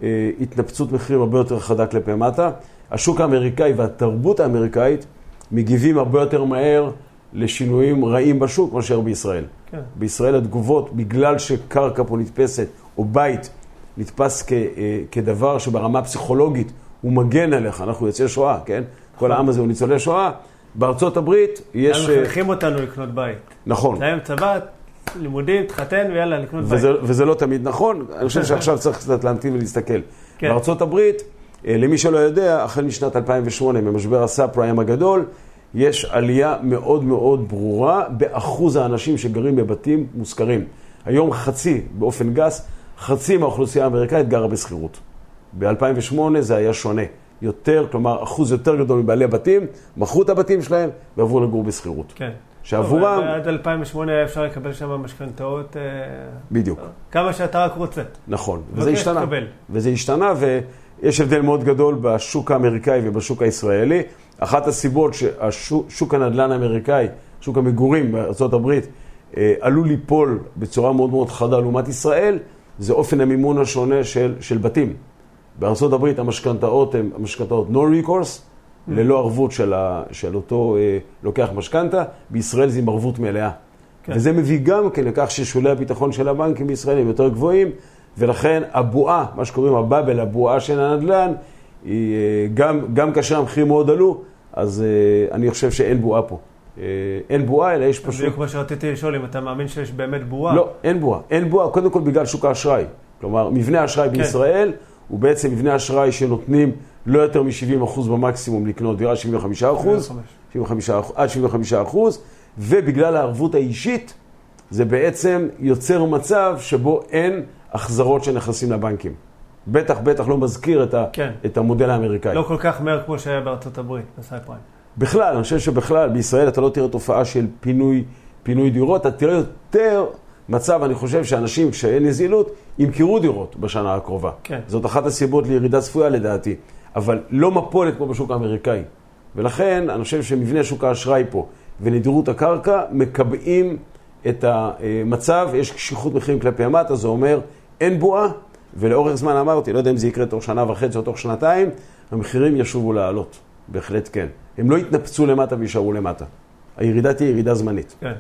B: התנפצות מחירים הרבה יותר חדה כלפי מטה. השוק האמריקאי והתרבות האמריקאית מגיבים הרבה יותר מהר לשינויים רעים בשוק מאשר בישראל. כן. בישראל התגובות, בגלל שקרקע פה נתפסת, או בית נתפס כ, כדבר שברמה פסיכולוגית הוא מגן עליך, אנחנו יוצאי שואה, כן? כל העם הזה הוא ניצולי שואה. בארצות הברית יש...
A: הם מכריחים אותנו לקנות בית.
B: נכון.
A: להם צבא, לימודים, תחתן ויאללה, לקנות
B: וזה,
A: בית.
B: וזה לא תמיד נכון. אני חושב שעכשיו צריך קצת להמתין ולהסתכל. כן. בארצות הברית, למי שלא יודע, החל משנת אלפיים ושמונה, ממשבר הסאב-פריים הגדול, יש עלייה מאוד מאוד ברורה באחוז האנשים שגרים בבתים מושכרים. היום חצי, באופן גס, חצי מהאוכלוסייה האמריקאית גרה בסחירות. ב-אלפיים ושמונה זה היה שונה. יותר, כלומר, אחוז יותר גדול מבעלי בתים, מכרו את הבתים שלהם ועברו לגור בסחירות.
A: כן.
B: שעבורם...
A: עד אלפיים ושמונה היה אפשר לקבל שם משכנתאות...
B: בדיוק.
A: כמה שאתה רק רוצה.
B: נכון. וזה השתנה. וזה השתנה, ויש הבדל מאוד גדול בשוק האמריקאי ובשוק הישראלי. אחת הסיבות שהשוק הנדל"ן האמריקאי, שוק המגורים בארצות הברית, עלול ליפול בצורה מאוד מאוד חדה לעומת ישראל, זה אופן המימון השונה של, של בתים. בארצות הברית המשכנתאות הן המשכנתאות no recourse, mm. ללא ערבות של, ה, של אותו אה, לוקח משכנתה, בישראל זה עם ערבות מלאה. כן. וזה מביא גם כן לכך ששולי הביטחון של הבנקים בישראל הם יותר גבוהים, ולכן הבועה, מה שקוראים הבאבל, הבועה של הנדל"ן, היא, אה, גם, גם כאשר המחירים מאוד עלו, אז אה, אני חושב שאין בועה פה. אה, אין בועה, אלא יש פשוט...
A: בדיוק מה שרציתי לשאול, אם אתה מאמין שיש באמת בועה?
B: לא, אין בועה. אין בועה, קודם כל בגלל שוק האשראי. כלומר, מבנה האשראי כן. בישראל הוא בעצם מבנה האשראי שנותנים לא יותר מ-שבעים אחוז במקסימום לקנות דירה, שבעים וחמישה אחוז, שבעים וחמישה אחוז, עד שבעים וחמישה אחוז, ובגלל הערבות האישית, זה בעצם יוצר מצב שבו אין החזרות שנכנסים לבנקים. בטח, בטח לא מזכיר את, ה, כן. את המודל האמריקאי.
A: לא כל כך מהר כמו שהיה בארצות הברית, בסייפריים.
B: בכלל, אני חושב שבכלל, בישראל אתה לא תראה תופעה של פינוי, פינוי דירות, אתה תראה יותר מצב, אני חושב שאנשים, כשאין נזילות, ימכרו דירות בשנה הקרובה. כן. זאת אחת הסיבות לירידה צפויה לדעתי. אבל לא מפולת כמו בשוק האמריקאי. ולכן, אני חושב שמבנה שוק האשראי פה ונדירות הקרקע מקבעים את המצב, יש קשיחות מחירים כלפי מטה, זה אומר אין בועה, ולאורך זמן אמרתי, לא יודע אם זה יקרה תוך שנה וחצי או תוך שנתיים, המחירים ישובו לעלות. בהחלט כן. הם לא יתנפצו למטה וישארו למטה. הירידה תהיה ירידה זמנית. כן.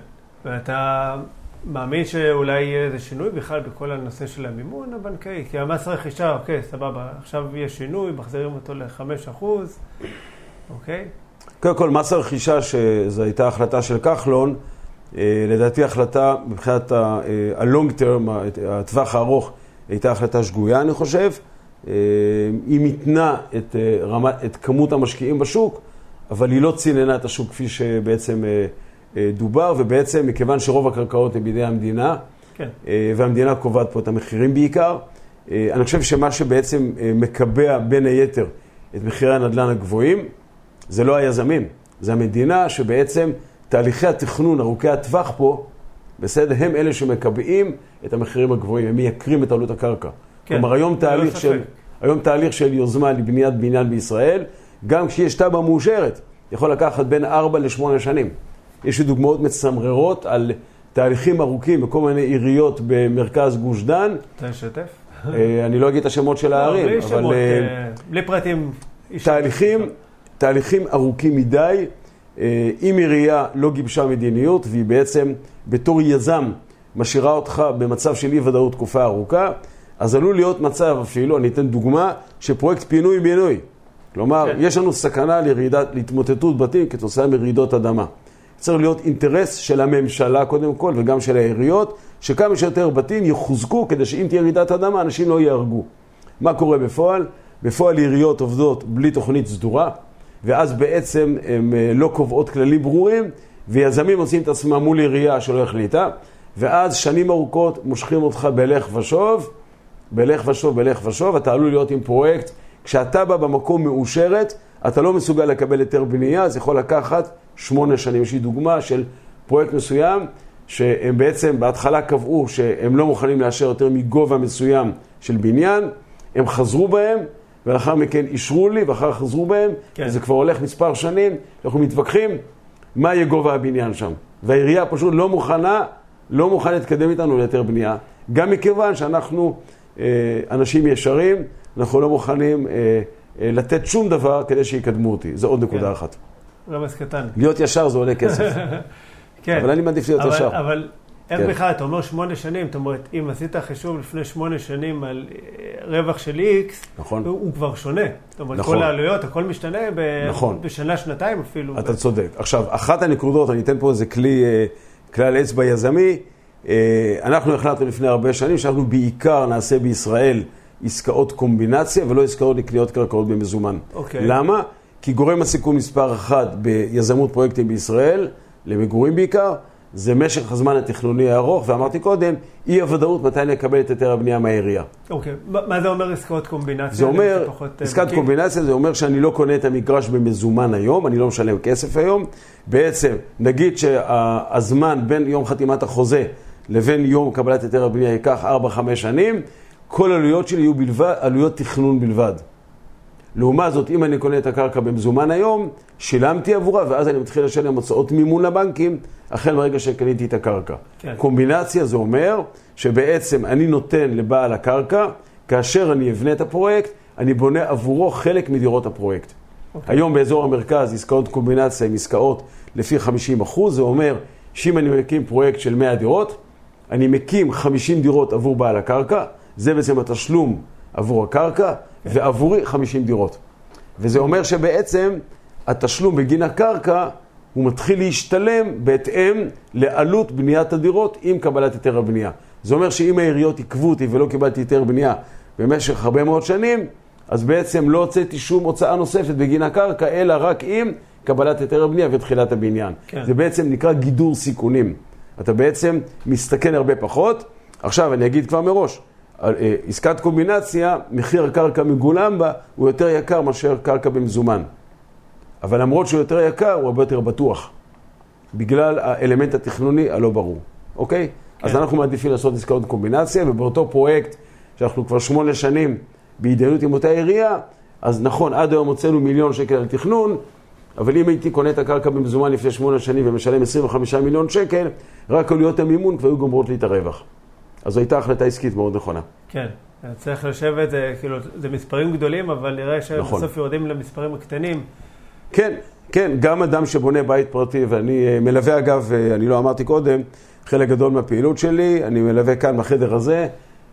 A: ואתה מאמין שאולי יהיה איזה שינוי בכלל בכל הנושא של המימון הבנקאי? כי המס רכישה, אוקיי, סבבה, עכשיו יהיה שינוי, מחזירים אותו ל-חמישה אחוז, אוקיי?
B: קודם כל, מס הרכישה, שזו הייתה החלטה של כחלון, לדעתי החלטה, מבחינת ה-long term, הטווח הארוך, הייתה החלטה שגויה, אני חושב. היא מתנה את, את כמות המשקיעים בשוק, אבל היא לא ציננה את השוק כפי שבעצם דובר, ובעצם מכיוון שרוב הקרקעות הן בידי המדינה, כן. והמדינה קובעת פה את המחירים בעיקר, אני חושב שמה שבעצם מקבע בין היתר את מחירי הנדל"ן הגבוהים, זה לא היזמים, זה המדינה שבעצם תהליכי התכנון, ארוכי הטווח פה, בסדר, הם אלה שמקבעים את המחירים הגבוהים, הם מייקרים את עלות הקרקע. כן, כלומר, היום תהליך, של, היום תהליך של יוזמה לבניית בניין בישראל, גם כשיש תב"ע מאושרת, יכול לקחת בין ארבע לשמונה שנים. יש לי דוגמאות מצמררות על תהליכים ארוכים בכל מיני עיריות במרכז גוש דן.
A: אתה משתף?
B: אני לא אגיד את השמות של הערים,
A: בלי שמות, בלי פרטים.
B: תהליכים, תהליכים ארוכים מדי, אם עירייה לא גיבשה מדיניות, והיא בעצם בתור יזם משאירה אותך במצב של אי ודאות תקופה ארוכה, אז עלול להיות מצב אפילו, אני אתן דוגמה, שפרויקט פינוי-בינוי. כלומר, כן. יש לנו סכנה לירידת, להתמוטטות בתים כתוצאה מרעידות אדמה. צריך להיות אינטרס של הממשלה קודם כל, וגם של העיריות, שכמה שיותר בתים יחוזקו, כדי שאם תהיה רעידת אדמה, אנשים לא יהרגו. מה קורה בפועל? בפועל עיריות עובדות בלי תוכנית סדורה, ואז בעצם הם לא קובעות כללים ברורים, ויזמים עושים את עצמם מול עירייה שלא החליטה, ואז שנים ארוכות מושכים אותך בלך ושוב, בלך ושוב, בלך ושוב, אתה עלול להיות עם פרויקט, כשאתה בא במקום מאושרת, אתה לא מסוגל לקבל יותר בנייה, אז יכול לקחת שמונה שנים. יש לי דוגמה של פרויקט מסוים, שהם בעצם בהתחלה קבעו שהם לא מוכנים לאשר יותר מגובה מסוים של בניין, הם חזרו בהם, ולאחר מכן אישרו לי, ואחר חזרו בהם, כן. זה כבר הולך מספר שנים, אנחנו מתווכחים מה יהיה גובה הבניין שם. והעירייה פשוט לא מוכנה, לא מוכנה להתקדם איתנו ליותר בנייה, גם מכיוון שאנחנו אה, אנשים ישרים, אנחנו לא מוכנים אה, אה, לתת שום דבר כדי שיקדמו אותי. זו עוד נקודה כן. אחת.
A: רמז קטן.
B: להיות ישר זה עולה כסף. כן. אבל אני מעדיף להיות
A: אבל,
B: ישר.
A: אבל איך כן. בכלל, אתה אומר שמונה שנים, זאת אומרת, אם עשית חישוב לפני שמונה שנים על רווח של X,
B: נכון.
A: הוא, הוא כבר שונה. זאת אומרת,
B: נכון.
A: כל העלויות, הכל משתנה ב,
B: נכון.
A: בשנה, שנתיים אפילו.
B: אתה ו... צודק. עכשיו, אחת הנקודות, אני אתן פה איזה כלי, כלל אצבע יזמי, אנחנו החלטנו לפני הרבה שנים, שאנחנו בעיקר נעשה בישראל עסקאות קומבינציה, ולא עסקאות לקניות קרקעות במזומן.
A: אוקיי.
B: למה? כי גורם הסיכון מספר אחת ביזמות פרויקטים בישראל, למגורים בעיקר, זה משך הזמן התכנוני הארוך, ואמרתי קודם, אי הוודאות מתי נקבל את היתר הבנייה מהעירייה.
A: אוקיי, מה זה אומר עסקאות קומבינציה?
B: זה אומר, עסקת קומבינציה זה אומר שאני לא קונה את המגרש במזומן היום, אני לא משלם כסף היום, בעצם נגיד שהזמן בין יום חתימת החוזה לבין יום קבלת היתר הבנייה ייקח ארבע חמש שנים, כל עלויות שלי יהיו בלבד, עלויות תכנון בלבד. לעומת זאת, אם אני קונה את הקרקע במזומן היום, שילמתי עבורה, ואז אני מתחיל לשלם הוצאות מימון לבנקים, החל מרגע שקניתי את הקרקע. כן. קומבינציה זה אומר שבעצם אני נותן לבעל הקרקע, כאשר אני אבנה את הפרויקט, אני בונה עבורו חלק מדירות הפרויקט. אוקיי. היום באזור המרכז, עסקאות קומבינציה עם עסקאות לפי חמישים אחוז, זה אומר שאם אני מקים פרויקט של מאה דירות, אני מקים חמישים דירות עבור בעל הקרקע, זה בעצם התשלום עבור הקרקע, ועבורי חמישים דירות. וזה אומר שבעצם התשלום בגין הקרקע הוא מתחיל להשתלם בהתאם לעלות בניית הדירות עם קבלת היתר הבנייה. זה אומר שאם העיריות עקבו אותי ולא קיבלתי היתר בנייה במשך הרבה מאוד שנים, אז בעצם לא הוצאתי שום הוצאה נוספת בגין הקרקע, אלא רק עם קבלת היתר הבנייה ותחילת הבניין. כן. זה בעצם נקרא גידור סיכונים. אתה בעצם מסתכן הרבה פחות. עכשיו אני אגיד כבר מראש, עסקת קומבינציה, מחיר הקרקע מגולם בה, הוא יותר יקר מאשר קרקע במזומן. אבל למרות שהוא יותר יקר, הוא הרבה יותר בטוח. בגלל האלמנט התכנוני הלא ברור. אוקיי? כן. אז אנחנו מעדיפים לעשות עסקאות קומבינציה, ובאותו פרויקט שאנחנו כבר שמונה שנים בהתדיינות עם אותה עירייה, אז נכון, עד היום הוצאנו מיליון שקל על תכנון, אבל אם הייתי קונה את הקרקע במזומן לפני שמונה שנים ומשלם עשרים וחמישה מיליון שקל, רק עלויות המימון כבר היו גומרות לי את הרווח. אז זו הייתה החלטה עסקית מאוד נכונה.
A: כן, צריך לשבת, זה, כאילו, זה מספרים גדולים, אבל נראה שבסוף נכון. יורדים למספרים הקטנים.
B: כן, כן, גם אדם שבונה בית פרטי, ואני מלווה אגב, אני לא אמרתי קודם, חלק גדול מהפעילות שלי, אני מלווה כאן בחדר הזה,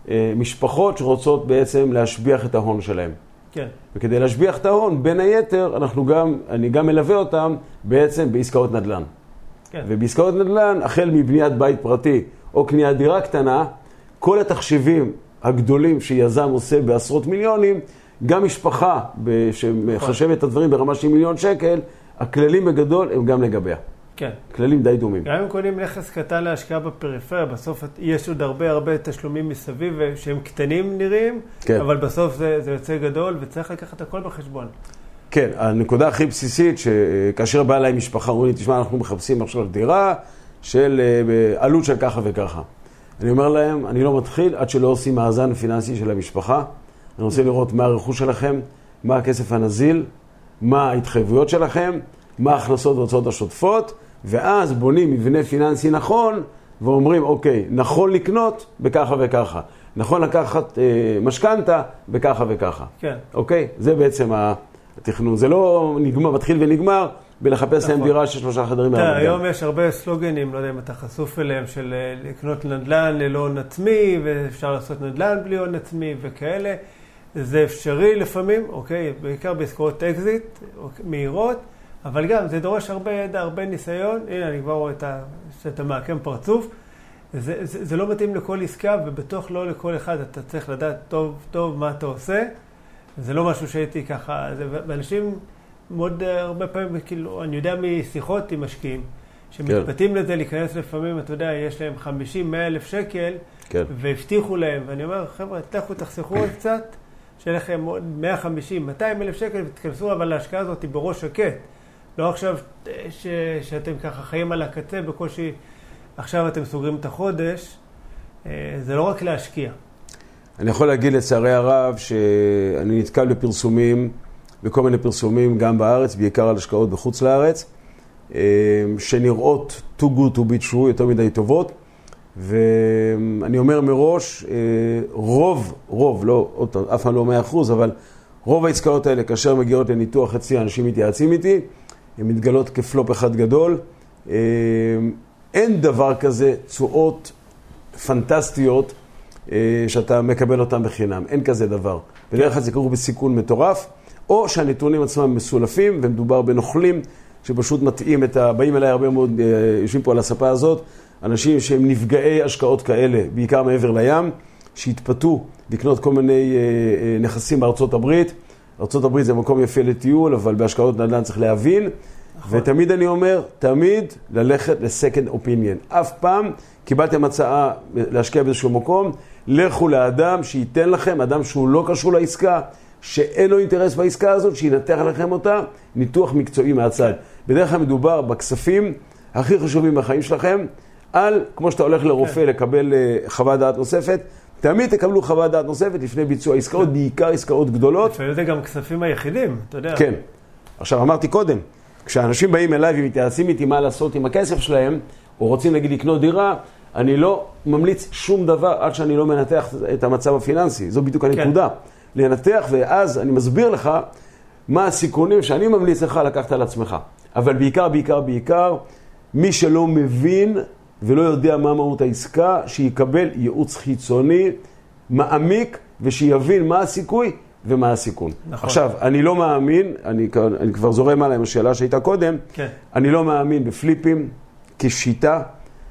B: משפחות שרוצות בעצם להשביח את ההון שלהם.
A: כן.
B: וכדי להשביח את ההון, בין היתר, אנחנו גם, אני גם מלווה אותם בעצם בעסקאות נדל"ן.
A: כן.
B: ובעסקאות נדל"ן, החל מבניית בית פרטי או קניית דירה קטנה, כל התחשיבים הגדולים שיזם עושה בעשרות מיליונים, גם משפחה שמחשבת את הדברים ברמה של מיליון שקל, הכללים בגדול הם גם לגביה.
A: כן.
B: כללים די דומים.
A: גם אם קונים נכס קטן להשקעה בפריפריה, בסוף יש עוד הרבה הרבה תשלומים מסביב שהם קטנים נראים, כן. אבל בסוף זה, זה יוצא גדול וצריך לקחת הכל בחשבון.
B: כן, הנקודה הכי בסיסית, שכאשר באה אליי משפחה, אומרים לי, תשמע, אנחנו מחפשים עכשיו דירה של עלות של ככה וככה. אני אומר להם, אני לא מתחיל עד שלא עושים מאזן פיננסי של המשפחה. אני רוצה לראות מה הרכוש שלכם, מה הכסף הנזיל, מה ההתחייבויות שלכם, מה ההכנסות והוצאות השוטפות, ואז בונים מבנה פיננסי נכון, ואומרים, אוקיי, נכון לקנות בככה וככה. נכון לקחת אה, משכנתה בככה וככה.
A: כן.
B: אוקיי? זה בעצם התכנון. זה לא נגמר, מתחיל ונגמר, בלחפש להם דירה של שלושה חדרים.
A: אתה, היום יש הרבה סלוגנים, לא יודע אם אתה חשוף אליהם, של לקנות נדל"ן ללא הון עצמי, ואפשר לעשות נדל"ן בלי הון עצמי וכאלה. זה אפשרי לפעמים, אוקיי? בעיקר בעסקאות אקזיט, מהירות, אבל גם זה דורש הרבה ידע, הרבה ניסיון. הנה, אני כבר רואה את ה... שאתה מעקם פרצוף. זה, זה, זה לא מתאים לכל עסקה, ובטוח לא לכל אחד. אתה צריך לדעת טוב, טוב מה אתה עושה. זה לא משהו שהייתי ככה, זה, ואנשים מאוד הרבה פעמים, כאילו, אני יודע משיחות עם משקיעים, שמתפתים לזה להיכנס לפעמים, אתה יודע, יש להם חמישים מאה אלף שקל,
B: כן.
A: והבטיחו להם, ואני אומר, חבר'ה, תלכו, תחסכו עוד קצת, שיהיה לכם עוד מאה וחמישים מאתיים אלף שקל, ותכנסו אבל להשקעה הזאת בראש שקט. לא עכשיו ש, שאתם ככה חיים על הקצה, בקושי עכשיו אתם סוגרים את החודש, זה לא רק להשקיע.
B: אני יכול להגיד לצערי הרב שאני נתקל בפרסומים, בכל מיני פרסומים גם בארץ, בעיקר על השקעות בחוץ לארץ, שנראות too good to be true, יותר מדי טובות, ואני אומר מראש, רוב, רוב, לא, אף פעם לא מאה אחוז, אבל רוב העסקאות האלה, כאשר מגיעות לניתוח אצלי, אנשים מתייעצים איתי, הן מתגלות כפלופ אחד גדול. אין דבר כזה תשואות פנטסטיות שאתה מקבל אותם בחינם. אין כזה דבר. בדרך כלל זה קורה בסיכון מטורף, או שהנתונים עצמם מסולפים, ומדובר בנוכלים שפשוט מתאים את ה... באים אליי הרבה מאוד, יושבים פה על הספה הזאת, אנשים שהם נפגעי השקעות כאלה, בעיקר מעבר לים, שהתפתו לקנות כל מיני נכסים בארצות הברית. ארצות הברית זה מקום יפה לטיול, אבל בהשקעות נדל"ן צריך להבין. ותמיד אני אומר, תמיד ללכת ל-second opinion. אף פעם קיבלתם הצעה להשקיע באיזשהו מקום, לכו לאדם שייתן לכם, אדם שהוא לא קשור לעסקה, שאין לו אינטרס בעסקה הזאת, שינתח לכם אותה, ניתוח מקצועי מהצד. בדרך כלל מדובר בכספים הכי חשובים בחיים שלכם, על, כמו שאתה הולך לרופא לקבל חוות דעת נוספת, תמיד תקבלו חוות דעת נוספת לפני ביצוע עסקאות, בעיקר עסקאות גדולות.
A: לפעמים זה גם כספים היחידים, אתה יודע.
B: כן. עכשיו, אמרתי קודם, כשאנשים באים אליי ומתייעצים איתי מה לעשות עם הכסף שלהם, או רוצים להגיד לקנות דירה, אני לא ממליץ שום דבר עד שאני לא מנתח את המצב הפיננסי. זו בדיוק הנקודה. כן. לנתח, ואז אני מסביר לך מה הסיכונים שאני ממליץ לך לקחת על עצמך. אבל בעיקר, בעיקר, בעיקר, מי שלא מבין ולא יודע מה מהות העסקה, שיקבל ייעוץ חיצוני, מעמיק, ושיבין מה הסיכוי ומה הסיכון. נכון. עכשיו, אני לא מאמין, אני, אני כבר זורם עליהם השאלה שהייתה קודם, כן. אני לא מאמין בפליפים כשיטה.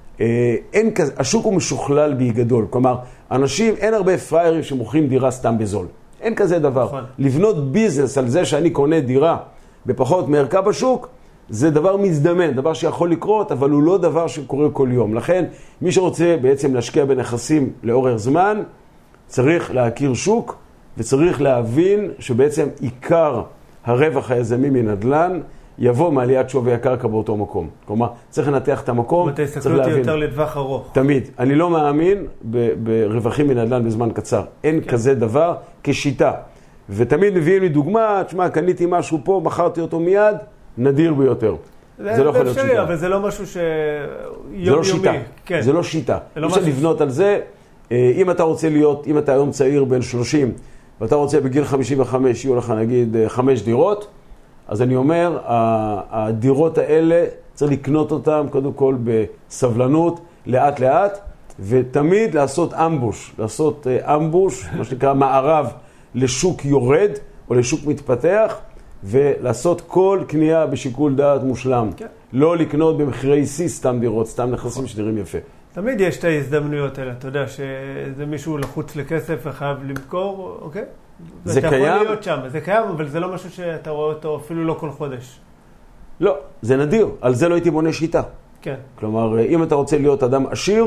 B: אין כזה, השוק הוא משוכלל בגדול. כלומר, אנשים, אין הרבה פריירים שמוכרים דירה סתם בזול. אין כזה דבר. נכון. לבנות ביזנס על זה שאני קונה דירה בפחות מערכה בשוק, זה דבר מזדמן, דבר שיכול לקרות, אבל הוא לא דבר שקורה כל יום. לכן, מי שרוצה בעצם להשקיע בנכסים לאורך זמן, צריך להכיר שוק, וצריך להבין שבעצם עיקר הרווח היזמי מנדל"ן יבוא מעליית שווי הקרקע באותו מקום. כלומר, צריך לנתח את המקום, צריך להבין.
A: ותסתכלו אותי יותר לטווח ארוך.
B: תמיד. אני לא מאמין ברווחים מנדל"ן בזמן קצר. אין כן. כזה דבר כשיטה. ותמיד מביאים לי דוגמה, תשמע, קניתי משהו פה, מכרתי אותו מיד, נדיר ביותר.
A: זה, זה לא יכול להיות שיטה. אבל זה לא משהו שיום
B: זה לא שיטה. כן. זה לא שיטה. אי אפשר לבנות על זה. אם אתה רוצה להיות, אם אתה היום צעיר בן שלושים, ואתה רוצה בגיל חמישים וחמש, יהיו לך נגיד חמש דירות, אז אני אומר, הדירות האלה צריך לקנות אותן קודם כל בסבלנות, לאט לאט, ותמיד לעשות אמבוש, לעשות אמבוש, מה שנקרא מערב לשוק יורד או לשוק מתפתח, ולעשות כל קנייה בשיקול דעת מושלם. כן. לא לקנות במחירי C סתם דירות, סתם נכסים שנראים יפה.
A: תמיד יש את ההזדמנויות האלה, אתה יודע שזה מישהו לחוץ לכסף וחייב למכור, אוקיי?
B: זה קיים?
A: אתה יכול להיות שם, זה קיים, אבל זה לא משהו שאתה רואה אותו אפילו לא כל חודש.
B: לא, זה נדיר, על זה לא הייתי בונה שיטה.
A: כן.
B: כלומר, אם אתה רוצה להיות אדם עשיר,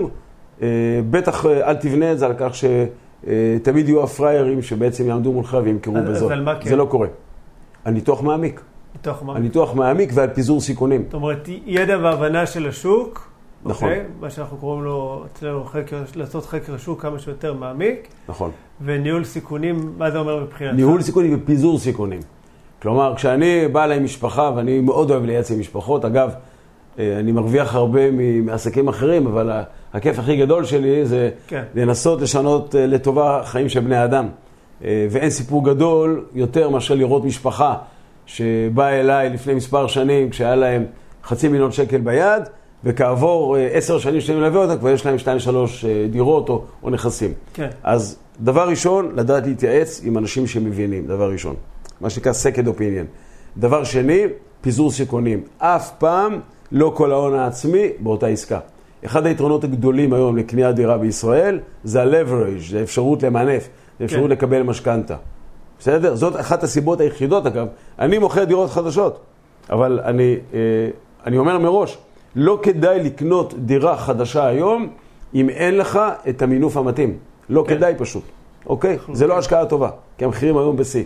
B: בטח אל תבנה את זה על כך שתמיד יהיו הפריירים שבעצם יעמדו מולך וימכרו בזאת.
A: אז על מה כן?
B: זה לא קורה. הניתוח מעמיק.
A: ניתוח מעמיק.
B: הניתוח מעמיק ועל פיזור סיכונים.
A: זאת אומרת, ידע והבנה של השוק,
B: נכון.
A: אוקיי? מה שאנחנו קוראים לו, אצלנו חקר, לעשות חקר השוק כמה שיותר מעמיק.
B: נכון.
A: וניהול סיכונים, מה זה אומר מבחינתך?
B: ניהול סיכונים ופיזור סיכונים. כלומר, כשאני בא אליי משפחה, ואני מאוד אוהב לייצא משפחות, אגב, אני מרוויח הרבה מעסקים אחרים, אבל הכיף הכי גדול שלי זה כן. לנסות לשנות לטובה חיים של בני אדם. ואין סיפור גדול יותר מאשר לראות משפחה שבאה אליי לפני מספר שנים, כשהיה להם חצי מיליון שקל ביד, וכעבור עשר שנים שאני מלווה אותם, כבר יש להם שתיים שלוש דירות או, או נכסים. כן. אז דבר ראשון, לדעת להתייעץ עם אנשים שמבינים, דבר ראשון. מה שנקרא second opinion. דבר שני, פיזור סיכונים. אף פעם לא כל ההון העצמי באותה עסקה. אחד היתרונות הגדולים היום לקניית דירה בישראל, זה ה-leverage, זה אפשרות למנף, זה אפשרות כן. לקבל משכנתה. בסדר? זאת אחת הסיבות היחידות, אגב. אני מוכר דירות חדשות, אבל אני, אני אומר מראש, לא כדאי לקנות דירה חדשה היום, אם אין לך את המינוף המתאים. לא כן. כדאי פשוט. אוקיי? זה לא השקעה טובה, כי המחירים היום בסי.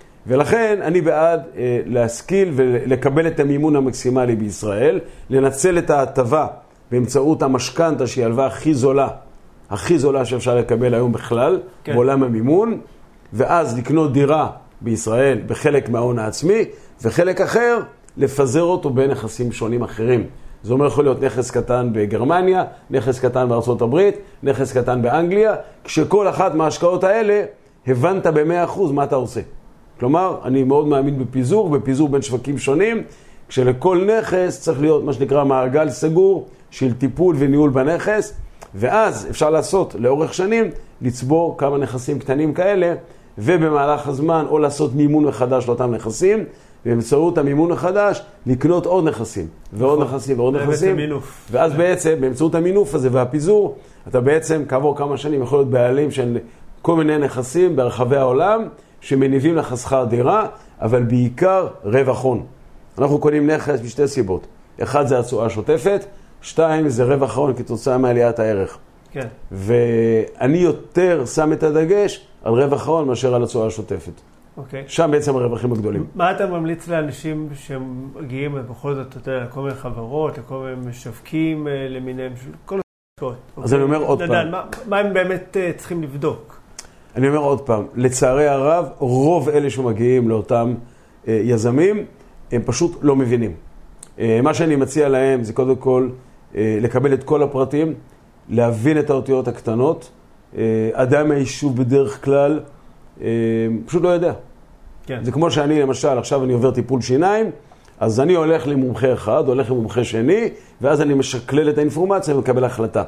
B: ולכן אני בעד אה, להשכיל ולקבל את המימון המקסימלי בישראל, לנצל את ההטבה באמצעות המשכנתה שהיא הלוואה הכי זולה, הכי זולה שאפשר לקבל היום בכלל, כן. בעולם המימון, ואז לקנות דירה בישראל בחלק מההון העצמי, וחלק אחר לפזר אותו בנכסים שונים אחרים. זה אומר יכול להיות נכס קטן בגרמניה, נכס קטן בארצות הברית, נכס קטן באנגליה, כשכל אחת מההשקעות האלה הבנת ב-מאה אחוז מה אתה עושה. כלומר, אני מאוד מאמין בפיזור, בפיזור בין שווקים שונים, כשלכל נכס צריך להיות מה שנקרא מעגל סגור של טיפול וניהול בנכס, ואז אפשר לעשות לאורך שנים, לצבור כמה נכסים קטנים כאלה, ובמהלך הזמן או לעשות מימון מחדש לאותם נכסים, ובאמצעות המימון החדש לקנות עוד נכסים, ועוד נכסים ועוד נכסים. ואז בעצם, באמצעות המינוף הזה והפיזור, אתה בעצם כעבור כמה שנים יכול להיות בעלים של כל מיני נכסים ברחבי העולם, שמניבים לך שכר דירה, אבל בעיקר רווח הון. אנחנו קונים נכס בשתי סיבות. אחד זה התשואה השוטפת, שתיים זה רווח הון כתוצאה מעליית הערך. כן. ואני יותר שם את הדגש על רווח הון מאשר על התשואה השוטפת. אוקיי. שם בעצם הרווחים הגדולים.
A: מה אתה ממליץ לאנשים שמגיעים בכל זאת, אתה יודע, לכל מיני חברות, לכל מיני משווקים למיניהם, כל השקעות?
B: אז אני אומר עוד פעם.
A: מה הם באמת צריכים לבדוק?
B: אני אומר עוד פעם, לצערי הרב, רוב אלה שמגיעים לאותם אה, יזמים, הם פשוט לא מבינים. אה, מה שאני מציע להם זה קודם כל אה, לקבל את כל הפרטים, להבין את האותיות הקטנות. אה, אדם מהיישוב בדרך כלל אה, פשוט לא יודע. כן. זה כמו שאני למשל, עכשיו אני עובר טיפול שיניים, אז אני הולך למומחה אחד, הולך למומחה שני, ואז אני משקלל את האינפורמציה ומקבל החלטה.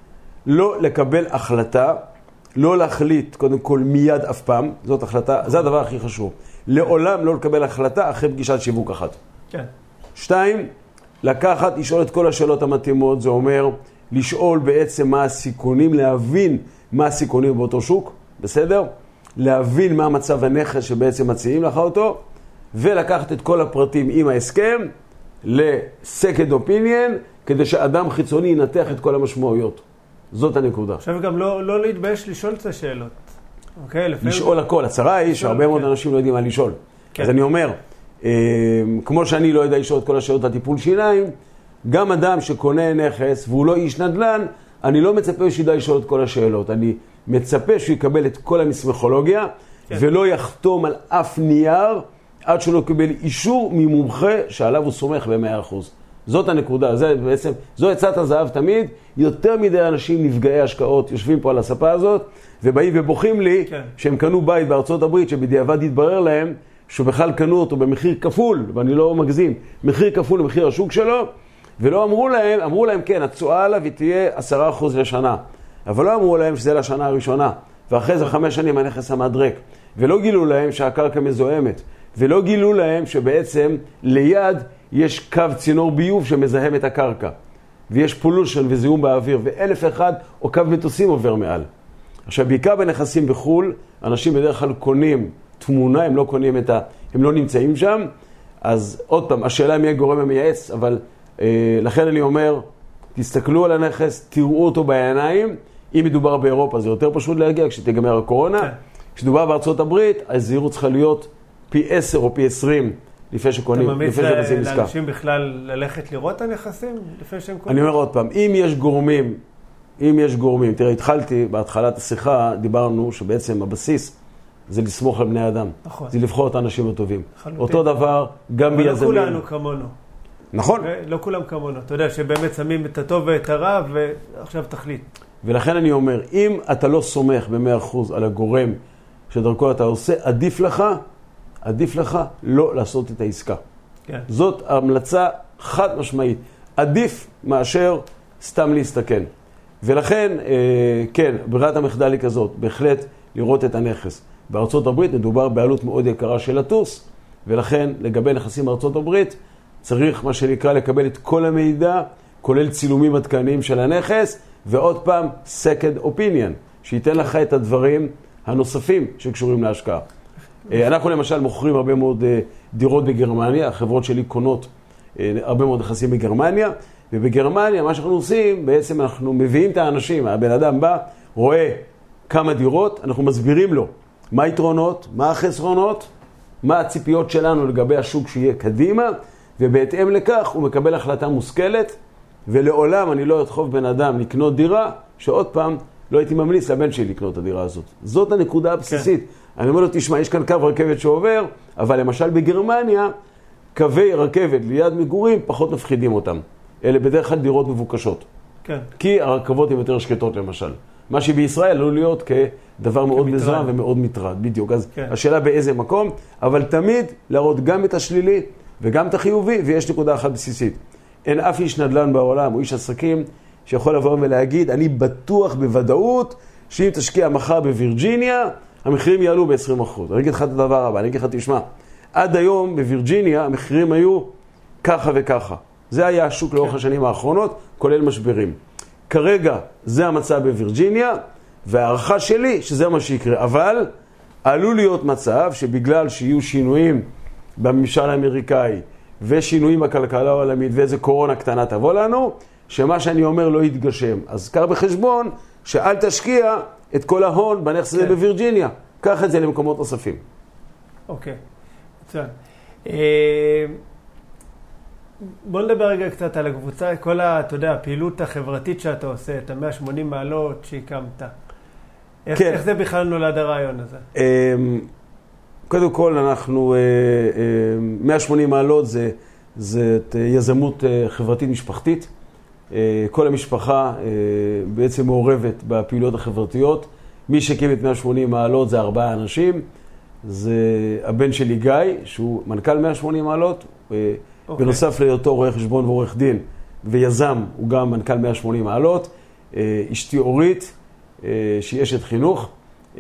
B: לא לקבל החלטה, לא להחליט, קודם כל, מיד אף פעם, זאת החלטה, זה הדבר הכי חשוב. לעולם לא לקבל החלטה אחרי פגישת שיווק אחת. כן. שתיים, לקחת, לשאול את כל השאלות המתאימות, זה אומר, לשאול בעצם מה הסיכונים, להבין מה הסיכונים באותו שוק, בסדר? להבין מה מצב הנכס שבעצם מציעים לך אותו, ולקחת את כל הפרטים עם ההסכם, ל-second opinion, כדי שאדם חיצוני ינתח את כל המשמעויות. זאת הנקודה.
A: עכשיו גם לא, לא להתבייש לשאול את השאלות. אוקיי, לפעמים...
B: לשאול הכל. הצרה היא שהרבה מאוד אנשים לא יודעים מה לשאול. כן. אז אני אומר, אה, כמו שאני לא יודע לשאול את כל השאלות הטיפול שיניים, גם אדם שקונה נכס והוא לא איש נדל"ן, אני לא מצפה שידע לשאול את כל השאלות. אני מצפה שהוא יקבל את כל המסמכולוגיה, כן. ולא יחתום על אף נייר, עד שהוא לא יקבל אישור ממומחה שעליו הוא סומך ב-מאה אחוז. זאת הנקודה, זה בעצם, זו עצת הזהב תמיד, יותר מדי אנשים נפגעי השקעות יושבים פה על הספה הזאת, ובאים ובוכים לי כן. שהם קנו בית בארצות הברית, שבדיעבד יתברר להם, שבכלל קנו אותו במחיר כפול, ואני לא מגזים, מחיר כפול למחיר השוק שלו, ולא אמרו להם, אמרו להם כן, התשואה עליו היא תהיה עשרה אחוז לשנה, אבל לא אמרו להם שזה לשנה הראשונה, ואחרי זה חמש שנים הנכס המדרק, ולא גילו להם שהקרקע מזוהמת, ולא גילו להם שבעצם ליד יש קו צינור ביוב שמזהם את הקרקע, ויש פולושן וזיהום באוויר, ואלף אחד או קו מטוסים עובר מעל. עכשיו, בעיקר בנכסים בחול, אנשים בדרך כלל קונים תמונה, הם לא קונים את ה... הם לא נמצאים שם, אז עוד פעם, השאלה מי הגורם המייעץ, אבל אה, לכן אני אומר, תסתכלו על הנכס, תראו אותו בעיניים, אם מדובר באירופה זה יותר פשוט להגיע כשתיגמר הקורונה, כשדובר בארצות הברית, הזהירות צריכה להיות פי עשר או פי עשרים לפני שקונים, לפני שעושים עסקה.
A: אתה ממליץ לאנשים בכלל ללכת לראות את הנכסים לפני שהם קונים?
B: אני אומר עוד פעם, אם יש גורמים, אם יש גורמים, תראה, התחלתי בהתחלת השיחה, דיברנו שבעצם הבסיס זה לסמוך על בני אדם.
A: נכון.
B: זה לבחור את האנשים הטובים.
A: חלוטין.
B: אותו דבר, גם ביזמים.
A: אבל לא כולנו כמונו.
B: נכון.
A: לא כולם כמונו. אתה יודע שבאמת שמים את הטוב ואת הרע, ועכשיו תחליט.
B: ולכן אני אומר, אם אתה לא סומך ב-מאה אחוז על הגורם שדרכו אתה עושה, עדיף לך, עדיף לך לא לעשות את העסקה.
A: כן.
B: זאת המלצה חד משמעית. עדיף מאשר סתם להסתכן. ולכן, אה, כן, ברירת המחדל היא כזאת, בהחלט לראות את הנכס. בארצות הברית מדובר בעלות מאוד יקרה של לטוס, ולכן לגבי נכסים בארצות הברית, צריך מה שנקרא לקבל את כל המידע, כולל צילומים עדכניים של הנכס, ועוד פעם, second opinion, שייתן לך את הדברים הנוספים שקשורים להשקעה. אנחנו למשל מוכרים הרבה מאוד דירות בגרמניה, החברות שלי קונות הרבה מאוד נכסים בגרמניה, ובגרמניה מה שאנחנו עושים, בעצם אנחנו מביאים את האנשים, הבן אדם בא, רואה כמה דירות, אנחנו מסבירים לו מה היתרונות, מה החסרונות, מה הציפיות שלנו לגבי השוק שיהיה קדימה, ובהתאם לכך הוא מקבל החלטה מושכלת, ולעולם אני לא אדחוף בן אדם לקנות דירה, שעוד פעם לא הייתי ממליץ לבן שלי לקנות את הדירה הזאת. זאת הנקודה הבסיסית. כן. אני אומר לו, תשמע, יש כאן קו רכבת שעובר, אבל למשל בגרמניה, קווי רכבת ליד מגורים פחות מפחידים אותם. אלה בדרך כלל דירות מבוקשות.
A: כן.
B: כי הרכבות הן יותר שקטות למשל. מה שבישראל לא להיות כדבר מאוד מזרם ומאוד מטרד, בדיוק. אז כן. השאלה באיזה מקום, אבל תמיד להראות גם את השלילי וגם את החיובי, ויש נקודה אחת בסיסית. אין אף איש נדל"ן בעולם או איש עסקים שיכול לבוא ולהגיד, אני בטוח בוודאות שאם תשקיע מחר בווירג'יניה, המחירים יעלו ב-עשרים אחוז. אני אגיד לך את הדבר הבא, אני אגיד לך, תשמע, עד היום בווירג'יניה המחירים היו ככה וככה. זה היה השוק לאורך השנים האחרונות, כולל משברים. כרגע זה המצב בווירג'יניה, והערכה שלי שזה מה שיקרה. אבל עלול להיות מצב שבגלל שיהיו שינויים בממשל האמריקאי, ושינויים בכלכלה העולמית, ואיזה קורונה קטנה תבוא לנו, שמה שאני אומר לא יתגשם. אז קח בחשבון שאל תשקיע את כל ההון בנכס הזה בווירג'יניה. קח את זה למקומות נוספים.
A: אוקיי, מצוין. בוא נדבר רגע קצת על הקבוצה, כל ה, אתה יודע, הפעילות החברתית שאתה עושה, את ה-מאה ושמונים מעלות שהקמת. איך, איך זה בכלל נולד הרעיון הזה?
B: קודם כל, אנחנו, מאה ושמונים מעלות זה, זה יזמות חברתית משפחתית. כל המשפחה בעצם מעורבת בפעילויות החברתיות. מי שהקים את מאה ושמונים מעלות זה ארבעה אנשים. זה הבן שלי גיא, שהוא מנכ"ל מאה ושמונים מעלות. Okay. בנוסף להיותו רואה חשבון ועורך דין ויזם, הוא גם מנכ"ל מאה ושמונים מעלות. אשתי אורית, שהיא אשת חינוך.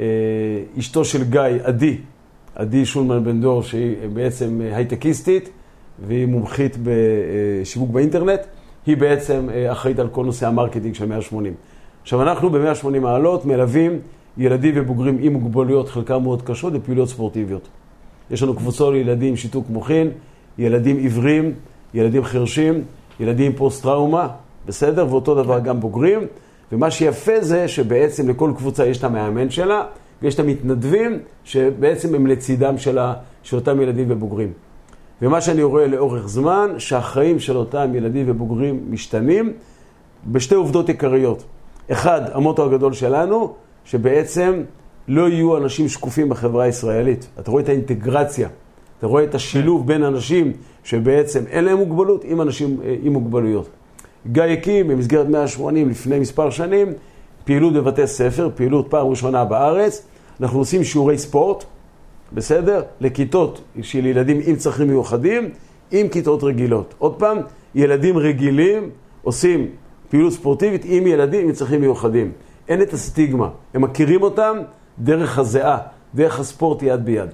B: אשתו של גיא, עדי, עדי שולמן בן דור, שהיא בעצם הייטקיסטית, והיא מומחית בשיווק באינטרנט. היא בעצם אחראית על כל נושא המרקטינג של מאה ושמונים. עכשיו, אנחנו ב-מאה ושמונים מעלות מלווים ילדים ובוגרים עם מוגבלויות, חלקם מאוד קשות, בפעילויות ספורטיביות. יש לנו קבוצות לילדים עם שיתוק מוחין, ילדים עיוורים, ילדים חרשים, ילדים פוסט-טראומה, בסדר? ואותו דבר גם בוגרים. ומה שיפה זה שבעצם לכל קבוצה יש את המאמן שלה, ויש את המתנדבים שבעצם הם לצידם של, ה... של אותם ילדים ובוגרים. ומה שאני רואה לאורך זמן, שהחיים של אותם ילדים ובוגרים משתנים בשתי עובדות עיקריות. אחד, המוטו הגדול שלנו, שבעצם לא יהיו אנשים שקופים בחברה הישראלית. אתה רואה את האינטגרציה, אתה רואה את השילוב בין אנשים שבעצם אין להם מוגבלות עם אנשים עם מוגבלויות. גיא הקים במסגרת מאה ושמונים לפני מספר שנים, פעילות בבתי ספר, פעילות פעם ראשונה בארץ. אנחנו עושים שיעורי ספורט, בסדר? לכיתות של ילדים עם צרכים מיוחדים, עם כיתות רגילות. עוד פעם, ילדים רגילים עושים פעילות ספורטיבית עם ילדים עם צרכים מיוחדים. אין את הסטיגמה. הם מכירים אותם דרך הזיעה, דרך הספורט יד ביד.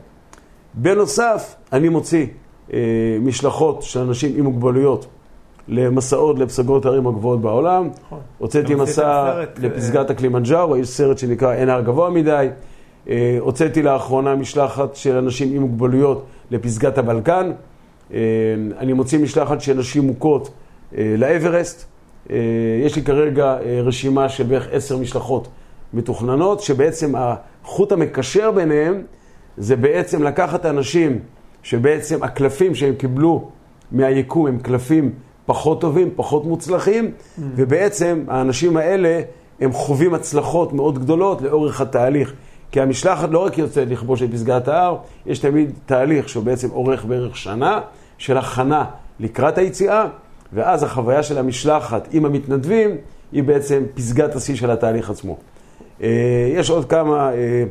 B: בנוסף, אני מוציא אה, משלחות של אנשים עם מוגבלויות למסעות לפסגות הערים הגבוהות בעולם. נכון. הוצאתי מסע לפסגת הקלימנג'ארו, יש סרט שנקרא אין הר גבוה מדי. אה, הוצאתי לאחרונה משלחת של אנשים עם מוגבלויות לפסגת הבלקן. אה, אני מוציא משלחת של נשים מוכות אה, לאברסט. אה, יש לי כרגע אה, רשימה של בערך עשר משלחות מתוכננות, שבעצם החוט המקשר ביניהם זה בעצם לקחת אנשים שבעצם הקלפים שהם קיבלו מהיקום הם קלפים פחות טובים, פחות מוצלחים, mm. ובעצם האנשים האלה הם חווים הצלחות מאוד גדולות לאורך התהליך. כי המשלחת לא רק יוצאת לכבוש את פסגת ההר, יש תמיד תהליך שהוא בעצם אורך בערך שנה של הכנה לקראת היציאה, ואז החוויה של המשלחת עם המתנדבים היא בעצם פסגת השיא של התהליך עצמו. יש עוד כמה,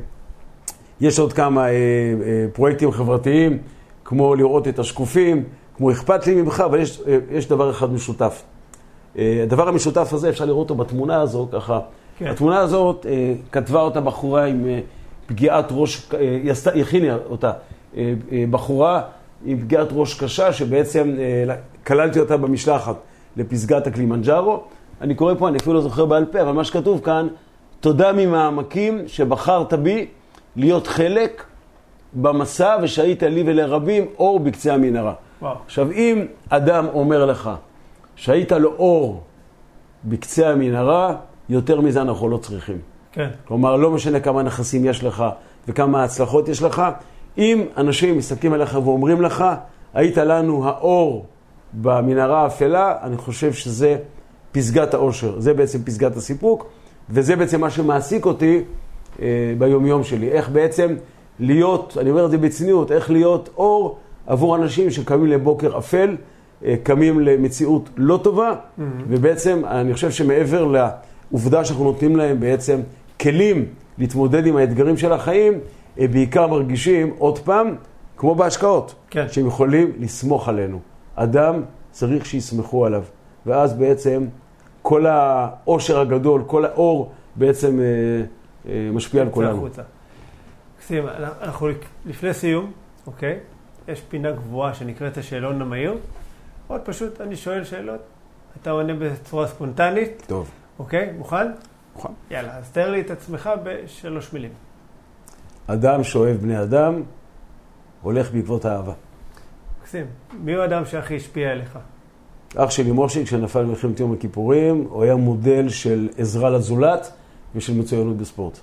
B: יש עוד כמה פרויקטים חברתיים, כמו לראות את השקופים, כמו אכפת לי ממך, אבל יש, יש דבר אחד משותף. הדבר המשותף הזה אפשר לראות אותו בתמונה הזו, ככה. כן. התמונה הזאת, כתבה אותה בחורה עם פגיעת ראש, היא הכינה אותה, בחורה עם פגיעת ראש קשה, שבעצם כללתי אותה במשלחת לפסגת הקלימנג'ארו. אני קורא פה, אני אפילו לא זוכר בעל פה, אבל מה שכתוב כאן, תודה ממעמקים שבחרת בי להיות חלק במסע ושהיית לי ולרבים אור בקצה המנהרה. וואו. עכשיו, אם אדם אומר לך שהיית לו אור בקצה המנהרה, יותר מזה אנחנו לא צריכים. כן. כלומר, לא משנה כמה נכסים יש לך וכמה הצלחות יש לך, אם אנשים מסתכלים עליך ואומרים לך, היית לנו האור במנהרה האפלה, אני חושב שזה פסגת האושר. זה בעצם פסגת הסיפוק, וזה בעצם מה שמעסיק אותי אה, ביום-יום שלי. איך בעצם להיות, אני אומר את זה בצניעות, איך להיות אור עבור אנשים שקמים לבוקר אפל, אה, קמים למציאות לא טובה, mm-hmm. ובעצם אני חושב שמעבר לעובדה שאנחנו נותנים להם בעצם כלים להתמודד עם האתגרים של החיים, אה, בעיקר מרגישים עוד פעם, כמו בהשקעות, כן. שהם יכולים לסמוך עלינו. אדם צריך שיסמכו עליו, ואז בעצם כל האושר הגדול, כל האור בעצם אה, אה, משפיע על כולנו.
A: קסים, אנחנו לפני סיום, אוקיי? יש פינה גבוהה שנקראת השאלון המהיר. עוד פשוט, אני שואל שאלות, אתה עונה בצורה ספונטנית.
B: טוב.
A: אוקיי, מוכן?
B: מוכן.
A: יאללה, אז תאר לי את עצמך בשלוש מילים.
B: אדם שאוהב בני אדם, הולך בעקבות האהבה.
A: קסים, מי הוא האדם שהכי השפיע עליך?
B: אח שלי משה, כשנפל במלחמת יום הכיפורים, הוא היה מודל של עזרה לזולת ושל מצוינות בספורט.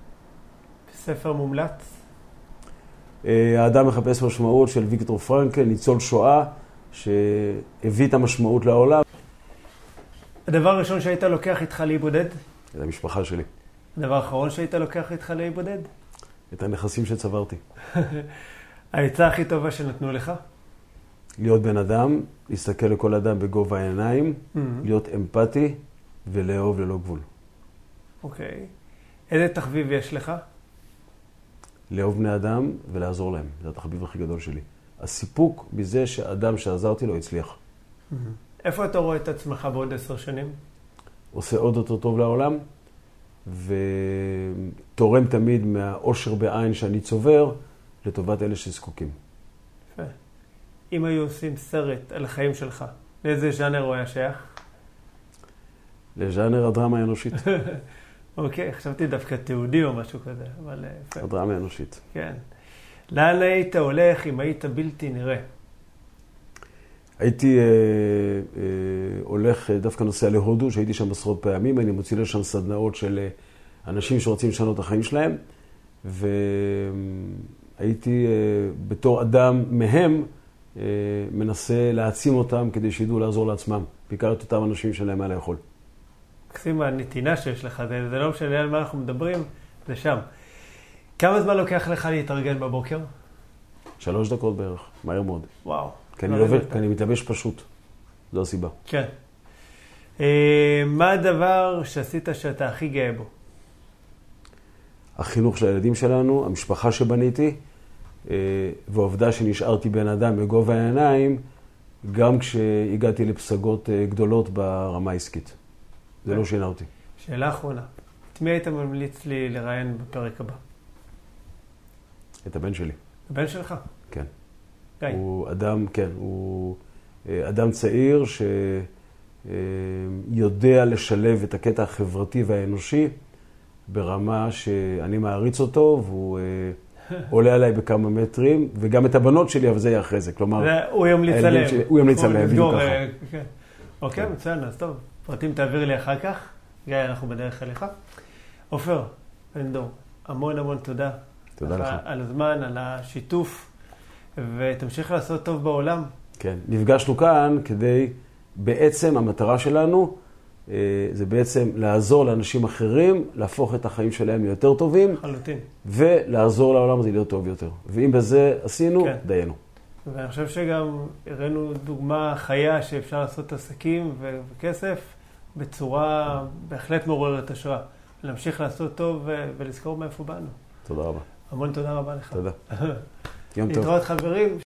A: ספר מומלץ?
B: האדם מחפש משמעות של ויקטור פרנקל, ניצול שואה, שהביא את המשמעות לעולם.
A: הדבר הראשון שהיית לוקח איתך להיבודד?
B: את המשפחה שלי.
A: הדבר האחרון שהיית לוקח איתך להיבודד?
B: את הנכסים שצברתי.
A: העצה הכי טובה שנתנו לך?
B: להיות בן אדם, להסתכל לכל אדם בגובה העיניים, mm-hmm. להיות אמפתי ולאהוב ללא גבול.
A: אוקיי. Okay. איזה תחביב יש לך?
B: לאהוב בני אדם ולעזור להם. זה התחביב הכי גדול שלי. הסיפוק בזה שאדם שעזרתי לו הצליח.
A: Mm-hmm. איפה אתה רואה את עצמך בעוד עשר שנים?
B: עושה עוד יותר טוב לעולם, ותורם תמיד מהאושר בעין שאני צובר, לטובת אלה שזקוקים.
A: יפה. אם היו עושים סרט על החיים שלך, לאיזה ז'אנר הוא היה שייך?
B: לז'אנר הדרמה האנושית.
A: אוקיי, חשבתי דווקא תיעודי או משהו כזה, אבל...
B: הדרמה האנושית.
A: כן. לאן היית הולך אם היית בלתי נראה?
B: הייתי אה, אה, הולך דווקא נוסע להודו, שהייתי שם עשרות פעמים, אני מוציא לשם סדנאות של אה, אנשים שרוצים לשנות את החיים שלהם, והייתי אה, בתור אדם מהם, אה, מנסה להעצים אותם כדי שידעו לעזור לעצמם, בעיקר את אותם אנשים שלהם מה לאכול.
A: קסים, הנתינה שיש לך, זה, זה לא משנה על מה אנחנו מדברים, זה שם. כמה זמן לוקח לך להתארגן בבוקר?
B: שלוש דקות בערך, מהר מאוד.
A: וואו.
B: כי אני, לובש, כי אני מתלבש פשוט, זו הסיבה.
A: כן. אה, מה הדבר שעשית שאתה הכי גאה בו?
B: החינוך של הילדים שלנו, המשפחה שבניתי, אה, והעובדה שנשארתי בן אדם בגובה העיניים, גם כשהגעתי לפסגות אה, גדולות ברמה העסקית. זה לא שינה אותי.
A: שאלה אחרונה. את מי היית ממליץ לי לראיין בפרק הבא?
B: את הבן שלי.
A: הבן שלך?
B: כן.
A: גיא.
B: הוא אדם, כן, הוא אדם צעיר שיודע לשלב את הקטע החברתי והאנושי ברמה שאני מעריץ אותו, והוא עולה עליי בכמה מטרים, וגם את הבנות שלי, אבל זה יהיה אחרי זה. כלומר,
A: הוא ימליץ עליהם.
B: הוא ימליץ עליהם, בדיוק ככה.
A: אוקיי, מצוין, אז טוב. פרטים תעביר לי אחר כך. גיא, אנחנו בדרך אליך. עופר, בן דור, המון המון תודה.
B: תודה לך.
A: על הזמן, על השיתוף, ותמשיך לעשות טוב בעולם.
B: כן, נפגשנו כאן כדי, בעצם המטרה שלנו, זה בעצם לעזור לאנשים אחרים, להפוך את החיים שלהם ליותר טובים.
A: חלוטין.
B: ולעזור לעולם הזה להיות טוב יותר. ואם בזה עשינו, כן. דיינו.
A: ואני חושב שגם הראינו דוגמה חיה שאפשר לעשות עסקים וכסף בצורה בהחלט מעוררת השראה. להמשיך לעשות טוב ולזכור מאיפה באנו.
B: תודה רבה.
A: המון תודה רבה לך.
B: תודה. יום טוב.
A: להתראות חברים.